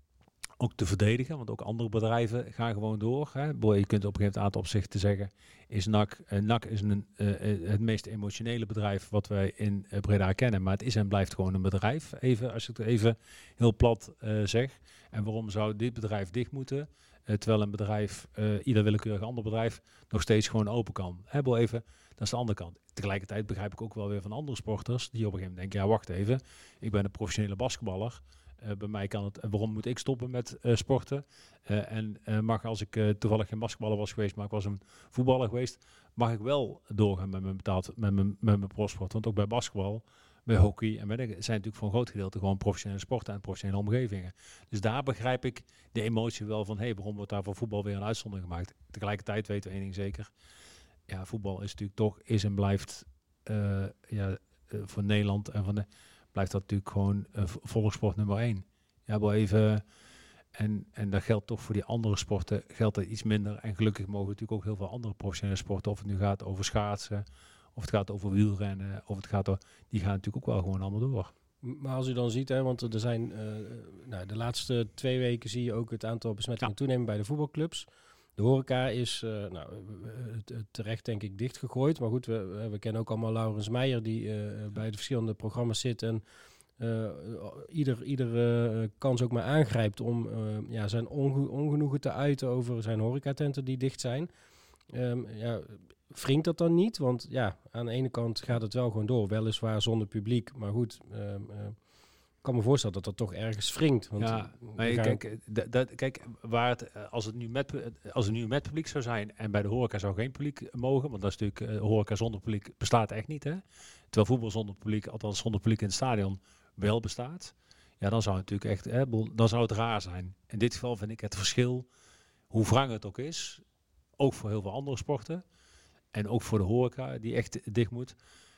[SPEAKER 4] ook te verdedigen, want ook andere bedrijven gaan gewoon door. Hè. Je kunt op een gegeven moment aantal opzichten zeggen, is N A C, uh, N A C is een, uh, het meest emotionele bedrijf wat wij in uh, Breda kennen, maar het is en blijft gewoon een bedrijf, even, als ik het even heel plat uh, zeg. En waarom zou dit bedrijf dicht moeten, uh, terwijl een bedrijf, uh, ieder willekeurig ander bedrijf, nog steeds gewoon open kan. Hè, even, dat is de andere kant. Tegelijkertijd begrijp ik ook wel weer van andere sporters, die op een gegeven moment denken, ja wacht even, ik ben een professionele basketballer. Uh, bij mij kan het, uh, waarom moet ik stoppen met uh, sporten? Uh, en uh, mag, als ik uh, toevallig geen basketballer was geweest, maar ik was een voetballer geweest, mag ik wel doorgaan met mijn betaald, met mijn, met mijn prosport. Want ook bij basketbal, bij hockey en bij de, zijn natuurlijk voor een groot gedeelte gewoon professionele sporten en professionele omgevingen. Dus daar begrijp ik de emotie wel van, hé, hey, waarom wordt daar voor voetbal weer een uitzondering gemaakt? Tegelijkertijd weten we één ding zeker. Ja, voetbal is natuurlijk toch, is en blijft uh, ja, uh, voor Nederland en van de blijft dat natuurlijk gewoon uh, volkssport nummer één. Ja, wel even. En, en dat geldt toch voor die andere sporten, geldt dat iets minder. En gelukkig mogen natuurlijk ook heel veel andere professionele sporten, of het nu gaat over schaatsen, of het gaat over wielrennen, of het gaat over, die gaan natuurlijk ook wel gewoon allemaal door.
[SPEAKER 5] Maar als u dan ziet, hè, want er zijn, uh, nou, de laatste twee weken zie je ook het aantal besmettingen ja. toenemen bij de voetbalclubs. De horeca is uh, nou, uh, terecht denk ik dichtgegooid. Maar goed, we, we kennen ook allemaal Laurens Meijer die uh, bij de verschillende programma's zit en uh, ieder, ieder uh, kans ook maar aangrijpt om uh, ja, zijn onge- ongenoegen te uiten over zijn horecatenten die dicht zijn. Um, ja, wringt dat dan niet? Want ja, aan de ene kant gaat het wel gewoon door. Weliswaar zonder publiek, maar goed. Um, uh, Ik kan me voorstellen dat dat toch ergens wringt. Want
[SPEAKER 4] ja, maar je kijk, dat, dat, kijk, waar het, als het nu met als het nu met publiek zou zijn en bij de horeca zou geen publiek mogen, want dat is natuurlijk uh, horeca zonder publiek bestaat echt niet, hè? Terwijl voetbal zonder publiek, althans zonder publiek in het stadion, wel bestaat. Ja, dan zou het natuurlijk echt, hè, dan zou het raar zijn. In dit geval vind ik het verschil, hoe wrang het ook is, ook voor heel veel andere sporten en ook voor de horeca die echt dicht moet,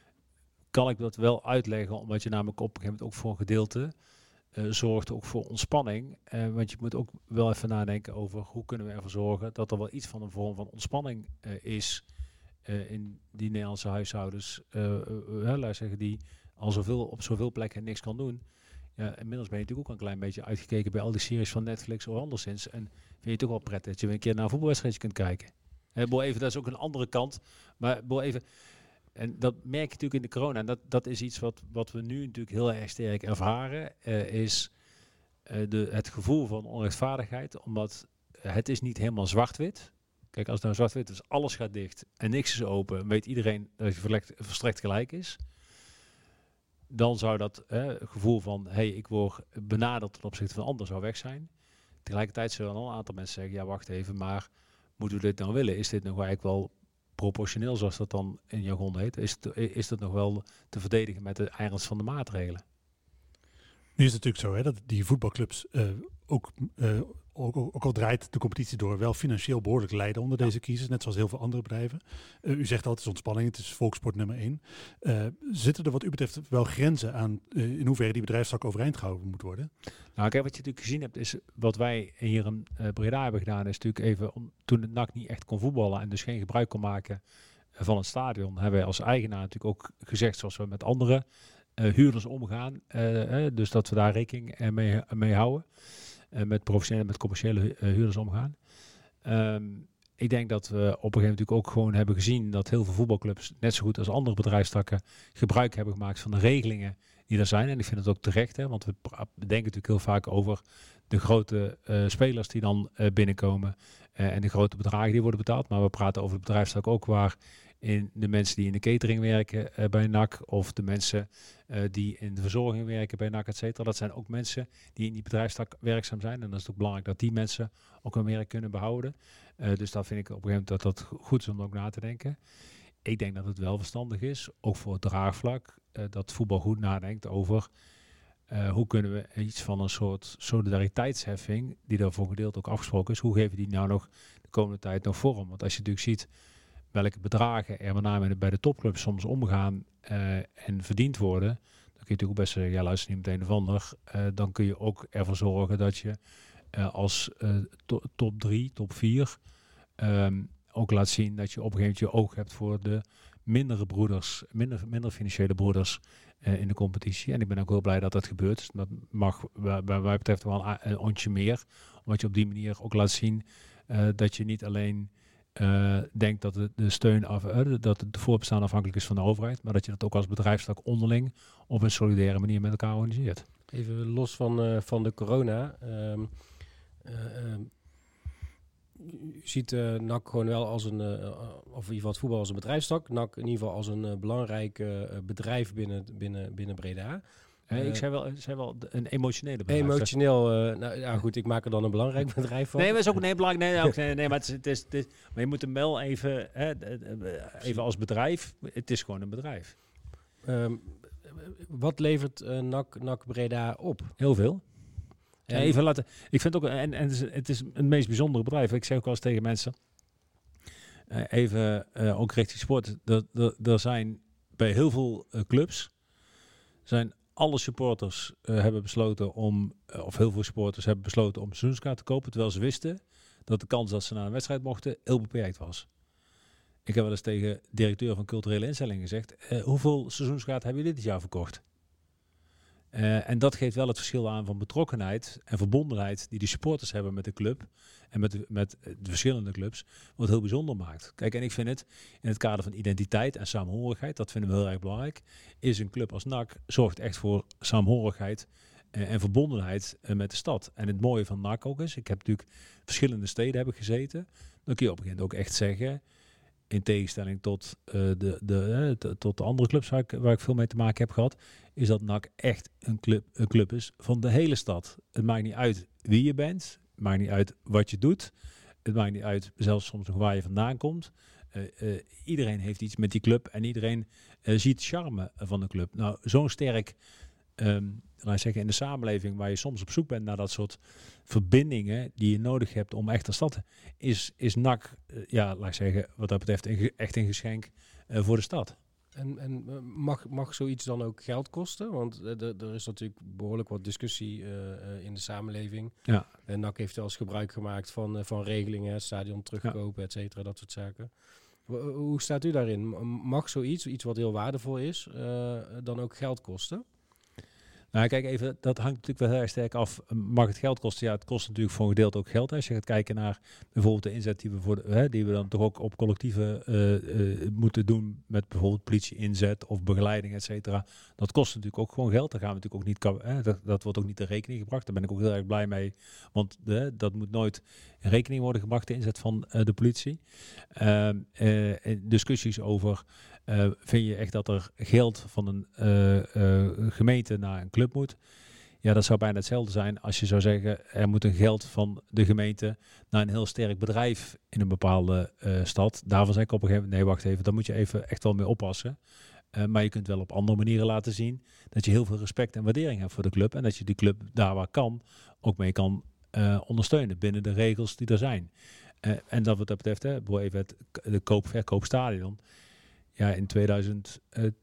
[SPEAKER 4] kan ik dat wel uitleggen, omdat je namelijk op een gegeven moment ook voor een gedeelte uh, zorgt ook voor ontspanning. Uh, want je moet ook wel even nadenken over hoe kunnen we ervoor zorgen dat er wel iets van een vorm van ontspanning uh, is uh, in die Nederlandse huishoudens, uh, uh, uh, zeggen die al zoveel op zoveel plekken niks kan doen. Ja, inmiddels ben je natuurlijk ook een klein beetje uitgekeken bij al die series van Netflix of anderszins. En vind je het toch wel prettig dat je weer een keer naar een voetbalwedstrijdje kunt kijken. Uh, boh, even, dat is ook een andere kant. Maar boh, even. En dat merk je natuurlijk in de corona. En dat, dat is iets wat, wat we nu natuurlijk heel erg sterk ervaren. Uh, is uh, de, het gevoel van onrechtvaardigheid. Omdat uh, het is niet helemaal zwart-wit. Kijk, als het nou zwart-wit is, alles gaat dicht en niks is open. Weet iedereen dat het verlekt, verstrekt gelijk is. Dan zou dat uh, gevoel van, hé, hey, ik word benaderd ten opzichte van anderen zou weg zijn. Tegelijkertijd zullen dan een aantal mensen zeggen, ja, wacht even, maar moeten we dit nou willen? Is dit nog eigenlijk wel proportioneel, zoals dat dan in jargon heet, is, het, is dat nog wel te verdedigen met de ernst van de maatregelen?
[SPEAKER 3] Nu is het natuurlijk zo hè, dat die voetbalclubs uh, ook, uh, ook, ook al draait de competitie door, wel financieel behoorlijk lijden onder ja. deze crisis, net zoals heel veel andere bedrijven. Uh, u zegt altijd, het is ontspanning, het is volkssport nummer één. Uh, zitten er wat u betreft wel grenzen aan uh, in hoeverre die bedrijfstak overeind gehouden moet worden?
[SPEAKER 4] Nou, kijk, wat je natuurlijk gezien hebt, is wat wij hier in uh, Breda hebben gedaan, is natuurlijk even, om, toen de N A C niet echt kon voetballen en dus geen gebruik kon maken uh, van het stadion, hebben wij als eigenaar natuurlijk ook gezegd, zoals we met andere uh, huurders omgaan, uh, uh, dus dat we daar rekening uh, mee, uh, mee houden. Uh, met professionele, met commerciële uh, huurders omgaan. Um, ik denk dat we op een gegeven moment natuurlijk ook gewoon hebben gezien dat heel veel voetbalclubs, net zo goed als andere bedrijfstakken, gebruik hebben gemaakt van de regelingen die er zijn. En ik vind het ook terecht, hè, want we denken natuurlijk heel vaak over de grote uh, spelers die dan uh, binnenkomen uh, en de grote bedragen die worden betaald. Maar we praten over de bedrijfstak ook waar in de mensen die in de catering werken uh, bij N A C of de mensen uh, die in de verzorging werken bij N A C, et cetera. Dat zijn ook mensen die in die bedrijfstak werkzaam zijn. En dat is ook belangrijk dat die mensen ook hun werk kunnen behouden. Uh, dus daar vind ik op een gegeven moment dat dat goed is om ook na te denken. Ik denk dat het wel verstandig is, ook voor het draagvlak, uh, dat voetbal goed nadenkt over uh, hoe kunnen we iets van een soort solidariteitsheffing, die daar voor gedeelte ook afgesproken is, hoe geven die nou nog de komende tijd nog vorm? Want als je natuurlijk ziet, welke bedragen er met name bij de topclubs soms omgaan uh, en verdiend worden, dan kun je natuurlijk ook best zeggen, ja luister niet meteen of ander. Uh, dan kun je ook ervoor zorgen dat je uh, als uh, to- top drie, top vier um, ook laat zien dat je op een gegeven moment je oog hebt voor de mindere broeders, minder, minder financiële broeders uh, in de competitie. En ik ben ook heel blij dat dat gebeurt. Dus dat mag bij mij betreft wel een, een ontje meer. Omdat je op die manier ook laat zien uh, dat je niet alleen uh, denkt dat de, de steun af, uh, dat de voorbestaan afhankelijk is van de overheid, maar dat je dat ook als bedrijfstak onderling op een solidaire manier met elkaar organiseert.
[SPEAKER 5] Even los van, uh, van de corona. Um, uh, um, U ziet uh, N A C gewoon wel als een, uh, of in ieder geval het voetbal als een bedrijfstak. N A C in ieder geval als een uh, belangrijk uh, bedrijf binnen, binnen, binnen Breda.
[SPEAKER 4] Uh,
[SPEAKER 5] Uh,
[SPEAKER 4] ik zei wel, zei wel een emotionele bedrijf.
[SPEAKER 5] Emotioneel, uh, nou ja goed, ik maak er dan een belangrijk bedrijf van.
[SPEAKER 4] Nee, maar het is ook nee, belangrijk. Nee, ook, nee, nee, maar het is, het is, het is, maar je moet hem wel even, hè, even als bedrijf. Het is gewoon een bedrijf.
[SPEAKER 5] Um, wat levert uh, N A C, N A C Breda op?
[SPEAKER 4] Heel veel.
[SPEAKER 5] En
[SPEAKER 4] even laten. Ik vind ook, en, en het, is, het is het meest bijzondere bedrijf. Ik zeg ook wel eens tegen mensen, uh, even uh, ook richting sport. Er zijn bij heel veel uh, clubs zijn alle supporters uh, hebben besloten om, uh, of heel veel supporters hebben besloten om een seizoenskaart te kopen, terwijl ze wisten dat de kans dat ze naar een wedstrijd mochten heel beperkt was. Ik heb wel eens tegen de directeur van culturele instellingen gezegd, uh, hoeveel seizoenskaarten hebben jullie dit jaar verkocht? Uh, en dat geeft wel het verschil aan van betrokkenheid en verbondenheid die de supporters hebben met de club en met de, met de verschillende clubs, wat heel bijzonder maakt. Kijk, en ik vind het in het kader van identiteit en saamhorigheid, dat vinden we heel erg belangrijk, is een club als N A C zorgt echt voor saamhorigheid uh, en verbondenheid uh, met de stad. En het mooie van N A C ook is, ik heb natuurlijk verschillende steden heb ik gezeten, dan kun je op een gegeven moment ook echt zeggen, in tegenstelling tot, uh, de, de, uh, t- tot de andere clubs waar ik, waar ik veel mee te maken heb gehad, is dat N A C echt een club, een club is van de hele stad. Het maakt niet uit wie je bent, het maakt niet uit wat je doet, het maakt niet uit zelfs soms nog waar je vandaan komt. Uh, uh, iedereen heeft iets met die club en iedereen uh, ziet charme van de club. Nou, zo'n sterk, um, laat ik zeggen, in de samenleving waar je soms op zoek bent naar dat soort verbindingen die je nodig hebt om echt een stad te, is, is N A C, uh, ja, laat ik zeggen, wat dat betreft een, echt een geschenk uh, voor de stad.
[SPEAKER 5] En, en uh, mag, mag zoiets dan ook geld kosten? Want uh, d- er is natuurlijk behoorlijk wat discussie uh, uh, in de samenleving.
[SPEAKER 4] Ja.
[SPEAKER 5] En N A C heeft wel eens gebruik gemaakt van, uh, van regelingen, het stadion terugkopen, ja. et cetera, dat soort zaken. W- hoe staat u daarin? Mag zoiets, iets wat heel waardevol is, uh, dan ook geld kosten?
[SPEAKER 4] Nou, kijk even, dat hangt natuurlijk wel heel erg sterk af. Mag het geld kosten? Ja, het kost natuurlijk voor een gedeelte ook geld. Als je gaat kijken naar bijvoorbeeld de inzet die we, voor de, hè, die we dan toch ook op collectieve uh, uh, moeten doen met bijvoorbeeld politie-inzet of begeleiding, et cetera. Dat kost natuurlijk ook gewoon geld. Daar gaan we natuurlijk ook niet, hè, dat, dat wordt ook niet in rekening gebracht. Daar ben ik ook heel erg blij mee, want de, dat moet nooit in rekening worden gebracht, de inzet van uh, de politie. Uh, uh, discussies over Uh, vind je echt dat er geld van een uh, uh, gemeente naar een club moet? Ja, dat zou bijna hetzelfde zijn als je zou zeggen, er moet een geld van de gemeente naar een heel sterk bedrijf in een bepaalde uh, stad. Daarvan zeg ik op een gegeven moment, nee, wacht even, daar moet je even echt wel mee oppassen. Uh, maar je kunt wel op andere manieren laten zien dat je heel veel respect en waardering hebt voor de club en dat je die club daar waar kan ook mee kan uh, ondersteunen binnen de regels die er zijn. Uh, en dat wat dat betreft, hè, even het de koop-verkoopstadion. Ja, in tweeduizend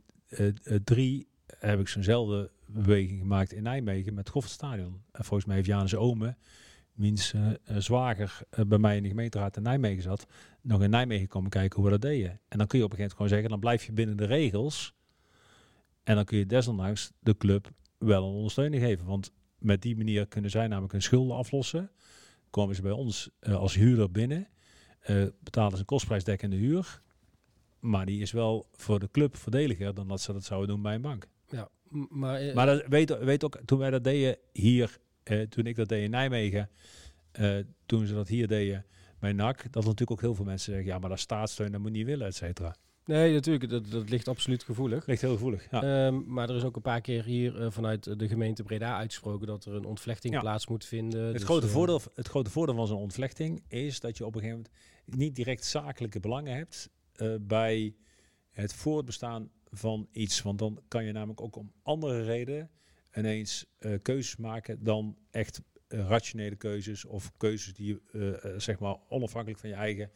[SPEAKER 4] drie heb ik zo'nzelfde beweging gemaakt in Nijmegen met het Goffertstadion. En volgens mij heeft Janus Ome, wiens uh, zwager uh, bij mij in de gemeenteraad in Nijmegen zat, nog in Nijmegen komen kijken hoe we dat deden. En dan kun je op een gegeven moment gewoon zeggen, dan blijf je binnen de regels. En dan kun je desondanks de club wel een ondersteuning geven. Want met die manier kunnen zij namelijk hun schulden aflossen. Komen ze bij ons uh, als huurder binnen, uh, betalen ze een kostprijsdekkende huur. Maar die is wel voor de club voordeliger dan dat ze dat zouden doen bij een bank.
[SPEAKER 5] Ja, m- maar... Uh,
[SPEAKER 4] maar dat weet, weet ook, toen wij dat deden hier, eh, toen ik dat deed in Nijmegen, eh, toen ze dat hier deden bij N A C, dat er natuurlijk ook heel veel mensen zeggen, ja, maar dat staatssteun, dat moet niet willen, et cetera.
[SPEAKER 5] Nee, natuurlijk, dat, dat ligt absoluut gevoelig.
[SPEAKER 4] Ligt heel gevoelig, ja.
[SPEAKER 5] Um, maar er is ook een paar keer hier uh, vanuit de gemeente Breda uitgesproken dat er een ontvlechting
[SPEAKER 4] ja.
[SPEAKER 5] plaats moet vinden.
[SPEAKER 4] Het,
[SPEAKER 5] dus,
[SPEAKER 4] grote
[SPEAKER 5] uh,
[SPEAKER 4] voordeel, het grote voordeel van zo'n ontvlechting is dat je op een gegeven moment niet direct zakelijke belangen hebt uh, bij het voortbestaan van iets. Want dan kan je namelijk ook om andere redenen ineens uh, keuzes maken dan echt uh, rationele keuzes of keuzes die uh, uh, zeg maar onafhankelijk van je eigen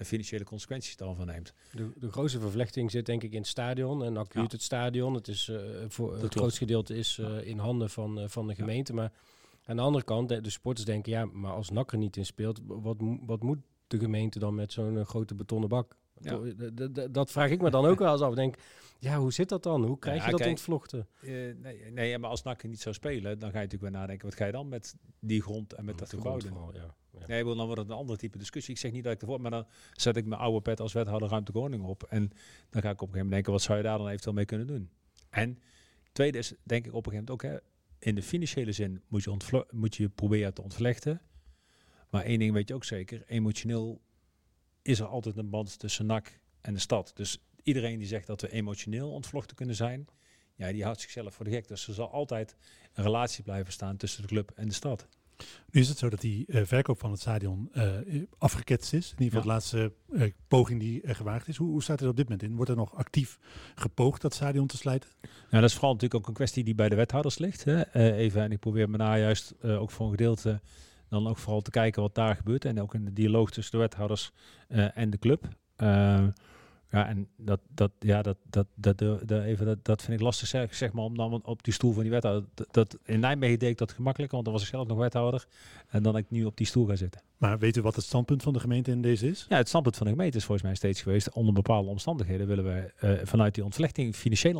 [SPEAKER 4] financiële consequenties daarvan neemt.
[SPEAKER 5] De, de grootste vervlechting zit denk ik in het stadion en acuut ja. het stadion. Het, is, uh, voor, het grootste gedeelte is uh, in handen van, uh, van de gemeente. Ja. Maar aan de andere kant, de, de sporters denken, ja, maar als N A C er niet in speelt, wat, wat moet de gemeente dan met zo'n uh, grote betonnen bak? Ja. D- d- d- dat vraag ik me dan ook wel eens af. Denk, ja, hoe zit dat dan? Hoe krijg ja, je dat kijk, ontvlochten?
[SPEAKER 4] Uh, nee, nee, maar als N A C niet zou spelen, dan ga je natuurlijk weer nadenken, wat ga je dan met die grond en met, met dat gebouw doen? Vooral, ja. Ja. Nee, dan wordt het een andere type discussie. Ik zeg niet dat ik ervoor, maar dan zet ik mijn oude pet als wethouder ruimte Groningen op. En dan ga ik op een gegeven moment denken, wat zou je daar dan eventueel mee kunnen doen? En tweede is, denk ik op een gegeven moment ook, hè, in de financiële zin moet je, ontvlo- moet je proberen te ontvlechten. Maar één ding weet je ook zeker, emotioneel is er altijd een band tussen N A C en de stad. Dus iedereen die zegt dat we emotioneel ontvlochten kunnen zijn, ja, die houdt zichzelf voor de gek. Dus er zal altijd een relatie blijven staan tussen de club en de stad.
[SPEAKER 3] Nu is het zo dat die uh, verkoop van het stadion uh, afgeketst is. In ieder geval ja. de laatste uh, poging die uh, gewaagd is. Hoe, hoe staat het er op dit moment in? Wordt er nog actief gepoogd dat stadion te sluiten?
[SPEAKER 4] Nou, dat is vooral natuurlijk ook een kwestie die bij de wethouders ligt. Hè. Uh, even, en ik probeer me nou juist uh, ook voor een gedeelte dan ook vooral te kijken wat daar gebeurt. En ook in de dialoog tussen de wethouders uh, en de club. Uh, Ja, en dat, dat, ja, dat, dat, dat, dat, dat, even, dat, dat vind ik lastig zeg, zeg maar, om dan op die stoel van die wethouder. Dat, dat, in Nijmegen deed ik dat gemakkelijker, want dan was ik zelf nog wethouder. En dan ik nu op die stoel ga zitten.
[SPEAKER 3] Maar weet u wat het standpunt van de gemeente in deze is?
[SPEAKER 4] Ja, het standpunt van de gemeente is volgens mij steeds geweest. Onder bepaalde omstandigheden willen wij uh, vanuit die ontvlechting, financiële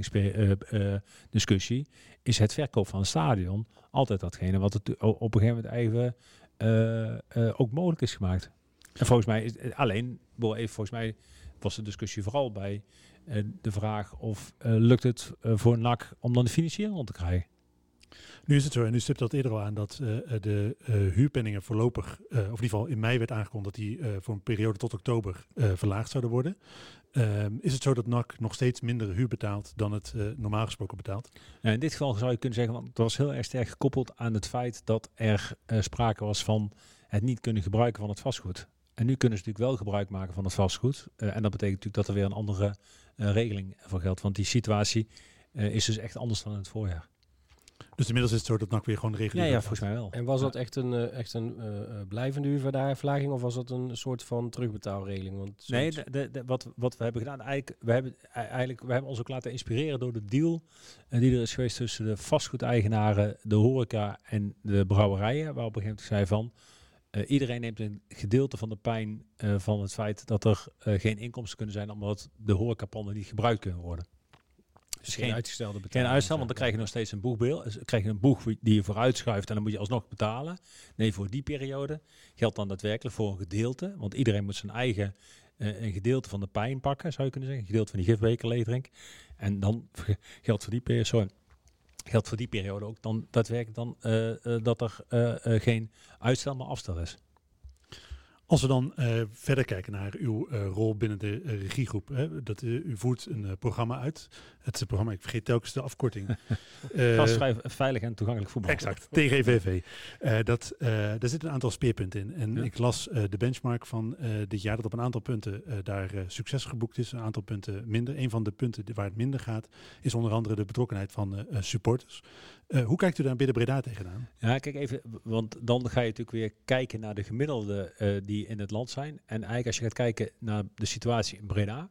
[SPEAKER 4] ontvlechtingsdiscussie, uh, uh, is het verkoop van een stadion altijd datgene wat het op een gegeven moment even uh, uh, ook mogelijk is gemaakt. En volgens mij is alleen, even volgens mij. was de discussie vooral bij uh, de vraag of uh, lukt het uh, voor N A C om dan de financiering rond te krijgen.
[SPEAKER 3] Nu is het zo, en u stipt dat eerder al aan, dat uh, de uh, huurpenningen voorlopig, uh, of in ieder geval in mei werd aangekondigd, dat die uh, voor een periode tot oktober uh, verlaagd zouden worden. Uh, is het zo dat N A C nog steeds minder huur betaalt dan het uh, normaal gesproken betaalt?
[SPEAKER 4] Ja, in dit geval zou je kunnen zeggen, want het was heel erg sterk gekoppeld aan het feit dat er uh, sprake was van het niet kunnen gebruiken van het vastgoed. En nu kunnen ze natuurlijk wel gebruik maken van het vastgoed. Uh, en dat betekent natuurlijk dat er weer een andere uh, regeling voor geldt. Want die situatie uh, is dus echt anders dan in het voorjaar.
[SPEAKER 3] Dus inmiddels is het zo dat N A C weer gewoon de regeling
[SPEAKER 4] Ja, ja, volgens mij wel.
[SPEAKER 5] En was
[SPEAKER 4] ja.
[SPEAKER 5] dat echt een, uh, echt een uh, blijvende huurverlaging of was dat een soort van terugbetaalregeling? Want
[SPEAKER 4] nee, de, de, de, wat, wat we hebben gedaan, eigenlijk, we hebben, eigenlijk, we hebben ons ook laten inspireren door de deal uh, die er is geweest tussen de vastgoedeigenaren, de horeca en de brouwerijen. Waar op een gegeven moment zei van, Uh, iedereen neemt een gedeelte van de pijn uh, van het feit dat er uh, geen inkomsten kunnen zijn omdat de horecapanden niet gebruikt kunnen worden.
[SPEAKER 5] Dus geen uitgestelde betaling.
[SPEAKER 4] Geen uitstel, want dan krijg je nog steeds een boegbeeld. Dan krijg je een boeg die je vooruit schuift en dan moet je alsnog betalen. Nee, voor die periode geldt dan daadwerkelijk voor een gedeelte. Want iedereen moet zijn eigen uh, een gedeelte van de pijn pakken, zou je kunnen zeggen. Een gedeelte van die gifbekerlevering. En dan geldt voor die periode... Sorry, geldt voor die periode ook dan daadwerkelijk dan uh, uh, dat er uh, uh, geen uitstel maar afstel is.
[SPEAKER 3] Als we dan uh, verder kijken naar uw uh, rol binnen de uh, regiegroep. Hè, dat, uh, u voert een uh, programma uit. Het uh, programma, ik vergeet telkens de afkorting.
[SPEAKER 4] uh, Gastvrij, veilig en toegankelijk voetbal.
[SPEAKER 3] Exact, T G V V. Uh, dat, uh, daar zitten een aantal speerpunten in. En ja. ik las uh, de benchmark van uh, dit jaar dat op een aantal punten uh, daar uh, succes geboekt is. Een aantal punten minder. Een van de punten waar het minder gaat is onder andere de betrokkenheid van uh, supporters. Uh, hoe kijkt u daar binnen Breda tegenaan?
[SPEAKER 4] Ja, kijk even, want dan ga je natuurlijk weer kijken naar de gemiddelde uh, die in het land zijn. En eigenlijk als je gaat kijken naar de situatie in Breda,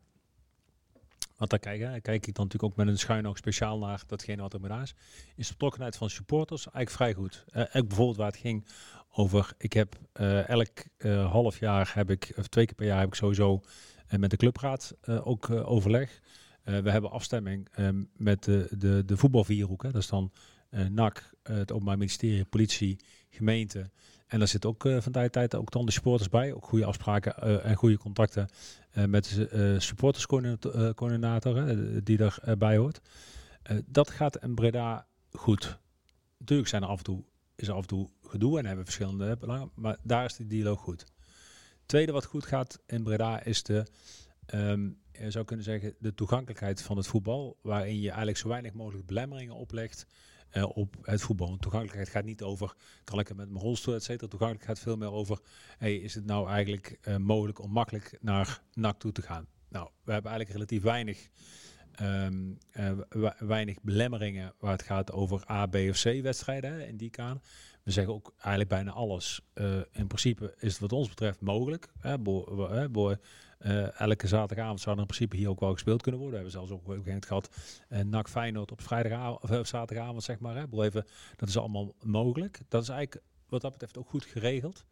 [SPEAKER 4] want daar kijk, hè, kijk ik dan natuurlijk ook met een schuin oog speciaal naar datgene wat er Breda is, is de betrokkenheid van supporters eigenlijk vrij goed. Uh, eigenlijk bijvoorbeeld waar het ging over, ik heb uh, elk uh, half jaar heb ik, of twee keer per jaar heb ik sowieso uh, met de clubraad uh, ook uh, overleg. Uh, we hebben afstemming uh, met de, de, de voetbalvierhoek, hè, dat is dan Uh, N A C, uh, het Openbaar Ministerie, politie, gemeente. En daar zit ook uh, van tijd tot tijd ook dan de supporters bij. Ook goede afspraken uh, en goede contacten uh, met de uh, supporterscoördinator uh, die erbij uh, hoort. Uh, dat gaat in Breda goed. Natuurlijk zijn er af en toe, is er af en toe gedoe en hebben verschillende belangen. Maar daar is de dialoog goed. Tweede wat goed gaat in Breda is de, um, je zou kunnen zeggen, de toegankelijkheid van het voetbal. Waarin je eigenlijk zo weinig mogelijk belemmeringen oplegt. Uh, op het voetbal. Toegankelijkheid gaat niet over, kan ik er met mijn rolstoel, et cetera. Toegankelijkheid gaat veel meer over, hey, is het nou eigenlijk uh, mogelijk om makkelijk naar N A C toe te gaan? Nou, we hebben eigenlijk relatief weinig Um, uh, weinig belemmeringen waar het gaat over A, B of C wedstrijden hè, in die kader. We zeggen ook eigenlijk bijna alles. Uh, in principe is het wat ons betreft mogelijk. Hè, bo, hè, bo, uh, elke zaterdagavond zou er in principe hier ook wel gespeeld kunnen worden. We hebben zelfs ook op een gegeven moment gehad uh, N A C Feyenoord op vrijdagavond of uh, zaterdagavond zeg maar. Hè. Bo, even, dat is allemaal mogelijk. Dat is eigenlijk wat dat betreft ook goed geregeld.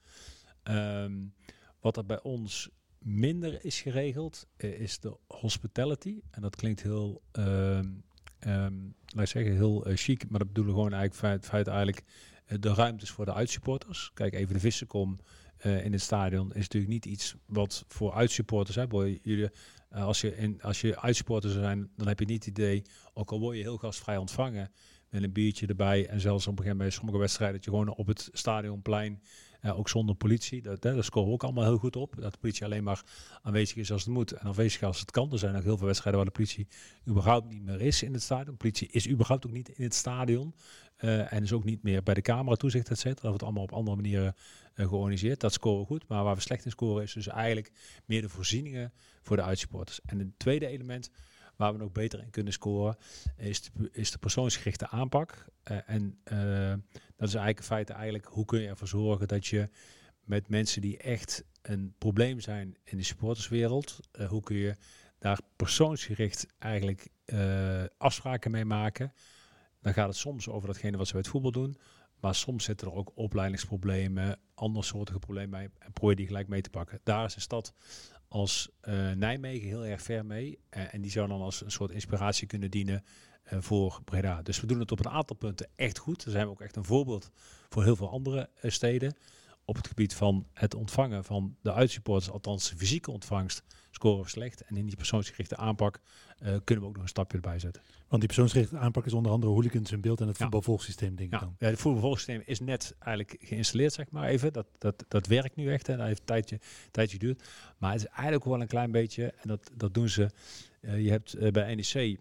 [SPEAKER 4] Um, wat er bij ons minder is geregeld, uh, is de hospitality. En dat klinkt heel, um, um, laat ik zeggen, heel uh, chic. Maar dat bedoelen we gewoon eigenlijk feit, feit eigenlijk uh, de ruimtes voor de uitsupporters. Kijk, even de Vissenkom uh, in het stadion is natuurlijk niet iets wat voor uitsupporters is. Jullie, uh, als je in, als je uitsupporters zijn, dan heb je niet het idee, ook al word je heel gastvrij ontvangen, met een biertje erbij en zelfs op een gegeven moment bij sommige wedstrijden dat je gewoon op het stadionplein, uh, ook zonder politie, dat, dat, dat scoren we ook allemaal heel goed op. Dat de politie alleen maar aanwezig is als het moet en aanwezig als het kan. Er zijn ook heel veel wedstrijden waar de politie überhaupt niet meer is in het stadion. De politie is überhaupt ook niet in het stadion uh, en is ook niet meer bij de camera toezicht, et cetera. Dat wordt allemaal op andere manieren uh, georganiseerd. Dat scoren we goed, maar waar we slecht in scoren is dus eigenlijk meer de voorzieningen voor de uitsupporters. En het tweede element waar we nog beter in kunnen scoren, is de, is de persoonsgerichte aanpak. Uh, en uh, dat is eigenlijk in feite eigenlijk hoe kun je ervoor zorgen dat je met mensen die echt een probleem zijn in de supporterswereld, uh, hoe kun je daar persoonsgericht eigenlijk uh, afspraken mee maken. Dan gaat het soms over datgene wat ze bij het voetbal doen, maar soms zitten er ook opleidingsproblemen, andere soortige problemen bij en probeer die gelijk mee te pakken. Daar is een stad als uh, Nijmegen heel erg ver mee. Uh, en die zou dan als een soort inspiratie kunnen dienen uh, voor Breda. Dus we doen het op een aantal punten echt goed. Daar zijn we ook echt een voorbeeld voor heel veel andere uh, steden. Op het gebied van het ontvangen van de uitsupporters, althans de fysieke ontvangst, scoren we slecht. En in die persoonsgerichte aanpak uh, kunnen we ook nog een stapje erbij zetten.
[SPEAKER 3] Want die persoonsgerichte aanpak is onder andere hooligans in beeld en het
[SPEAKER 4] ja.
[SPEAKER 3] voetbalvolgsysteem, denk ik
[SPEAKER 4] ja.
[SPEAKER 3] dan.
[SPEAKER 4] Ja, het voetbalvolgsysteem is net eigenlijk geïnstalleerd, zeg maar even. Dat, dat, dat werkt nu echt en dat heeft een tijdje, tijdje geduurd. Maar het is eigenlijk wel een klein beetje, en dat, dat doen ze. Uh, je hebt uh, bij N E C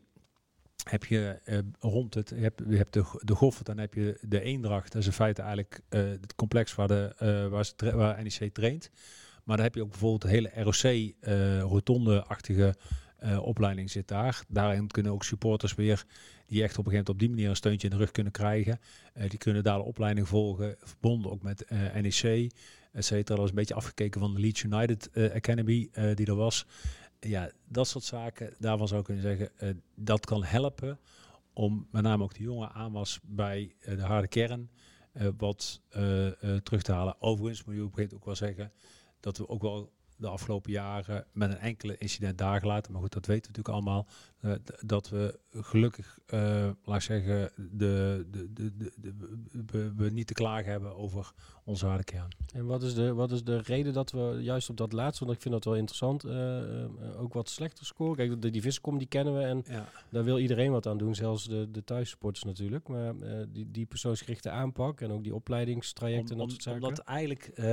[SPEAKER 4] heb je uh, rond het, je hebt, je hebt de, de Goffert, dan heb je de Eendracht. Dat is in feite eigenlijk uh, het complex waar, de, uh, waar, ze tra- waar N E C traint. Maar dan heb je ook bijvoorbeeld de hele R O C uh, rotonde-achtige uh, opleiding zit daar. Daarin kunnen ook supporters weer, die echt op een gegeven moment op die manier een steuntje in de rug kunnen krijgen. Uh, die kunnen daar de opleiding volgen, verbonden ook met uh, N E C, et cetera. Dat was een beetje afgekeken van de Leeds United uh, Academy uh, die er was. Ja, dat soort zaken, daarvan zou ik kunnen zeggen, uh, dat kan helpen om met name ook de jonge aanwas bij uh, de harde kern uh, wat uh, uh, terug te halen. Overigens moet je op een gegeven moment ook wel zeggen dat we ook wel de afgelopen jaren met een enkele incident daar gelaten, maar goed, dat weten we natuurlijk allemaal, uh, d- dat we gelukkig, uh, laat ik zeggen, de, de, de, de, de, we, we niet te klagen hebben over onze harde kern.
[SPEAKER 5] En wat is, de, wat is de reden dat we juist op dat laatste, want ik vind dat wel interessant, uh, uh, ook wat slechter scoren? Kijk, de, die Viscom die kennen we en
[SPEAKER 4] Ja.
[SPEAKER 5] daar wil iedereen wat aan doen, zelfs de, de thuissupporters natuurlijk. Maar uh, die, die persoonsgerichte aanpak en ook die opleidingstrajecten
[SPEAKER 4] Om,
[SPEAKER 5] en
[SPEAKER 4] om,
[SPEAKER 5] dat soort zaken.
[SPEAKER 4] omdat eigenlijk uh,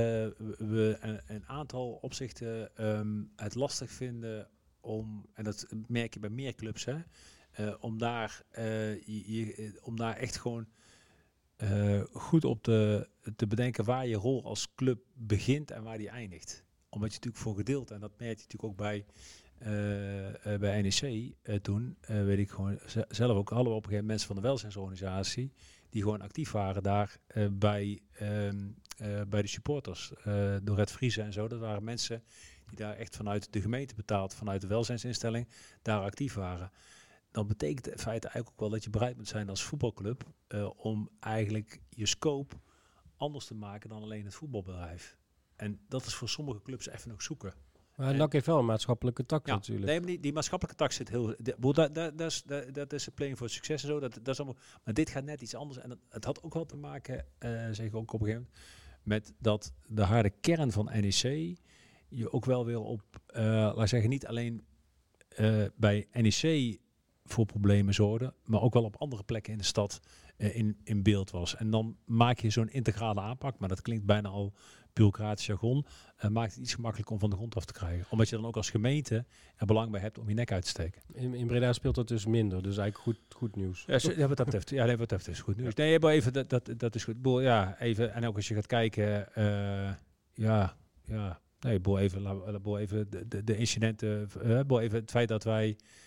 [SPEAKER 4] we een, een aantal opzichten um, het lastig vinden om, en dat merk je bij meer clubs, hè, uh, om, daar, uh, je, je, om daar echt gewoon uh, goed op te, te bedenken waar je rol als club begint en waar die eindigt. Omdat je natuurlijk voor gedeelte, en dat merk je natuurlijk ook bij, uh, uh, bij N E C uh, toen, uh, weet ik gewoon z- zelf ook, hadden we op een gegeven moment mensen van de welzijnsorganisatie die gewoon actief waren daar uh, bij, um, uh, bij de supporters. Uh, door het Vriezen en zo. Dat waren mensen die daar echt vanuit de gemeente betaald, vanuit de welzijnsinstelling, daar actief waren. Dan betekent in feite eigenlijk ook wel dat je bereid moet zijn als voetbalclub uh, om eigenlijk je scope anders te maken dan alleen het voetbalbedrijf. En dat is voor sommige clubs even nog zoeken.
[SPEAKER 5] Maar N A C heeft wel een maatschappelijke tak
[SPEAKER 4] Ja,
[SPEAKER 5] natuurlijk.
[SPEAKER 4] nee, maar die, die maatschappelijke tak zit heel... de- boel, Dat dat- dat is- dat- dat is een playing voor succes en zo. Dat, dat is allemaal, maar dit gaat net iets anders. En dat, het had ook wel te maken, uh, zeg ik ook op een gegeven moment, met dat de harde kern van N E C je ook wel weer op, uh, laat ik zeggen, niet alleen uh, bij N E C voor problemen zorgde, maar ook wel op andere plekken in de stad uh, in, in beeld was. En dan maak je zo'n integrale aanpak, maar dat klinkt bijna al bureaucratisch jargon, uh, maakt het iets gemakkelijker om van de grond af te krijgen. Omdat je dan ook als gemeente er belang bij hebt om je nek uit te steken.
[SPEAKER 5] In, in Breda speelt dat dus minder, dus eigenlijk goed, goed nieuws.
[SPEAKER 4] Ja, zo, ja, wat dat betreft, ja, nee, wat dat betreft is goed nieuws. Nee, maar even, dat, dat, dat is goed. Boel, ja, even, en ook als je gaat kijken, uh, ja, ja, nee, boel even, la, boel even de, de, de incidenten, uh, boel even het feit dat wij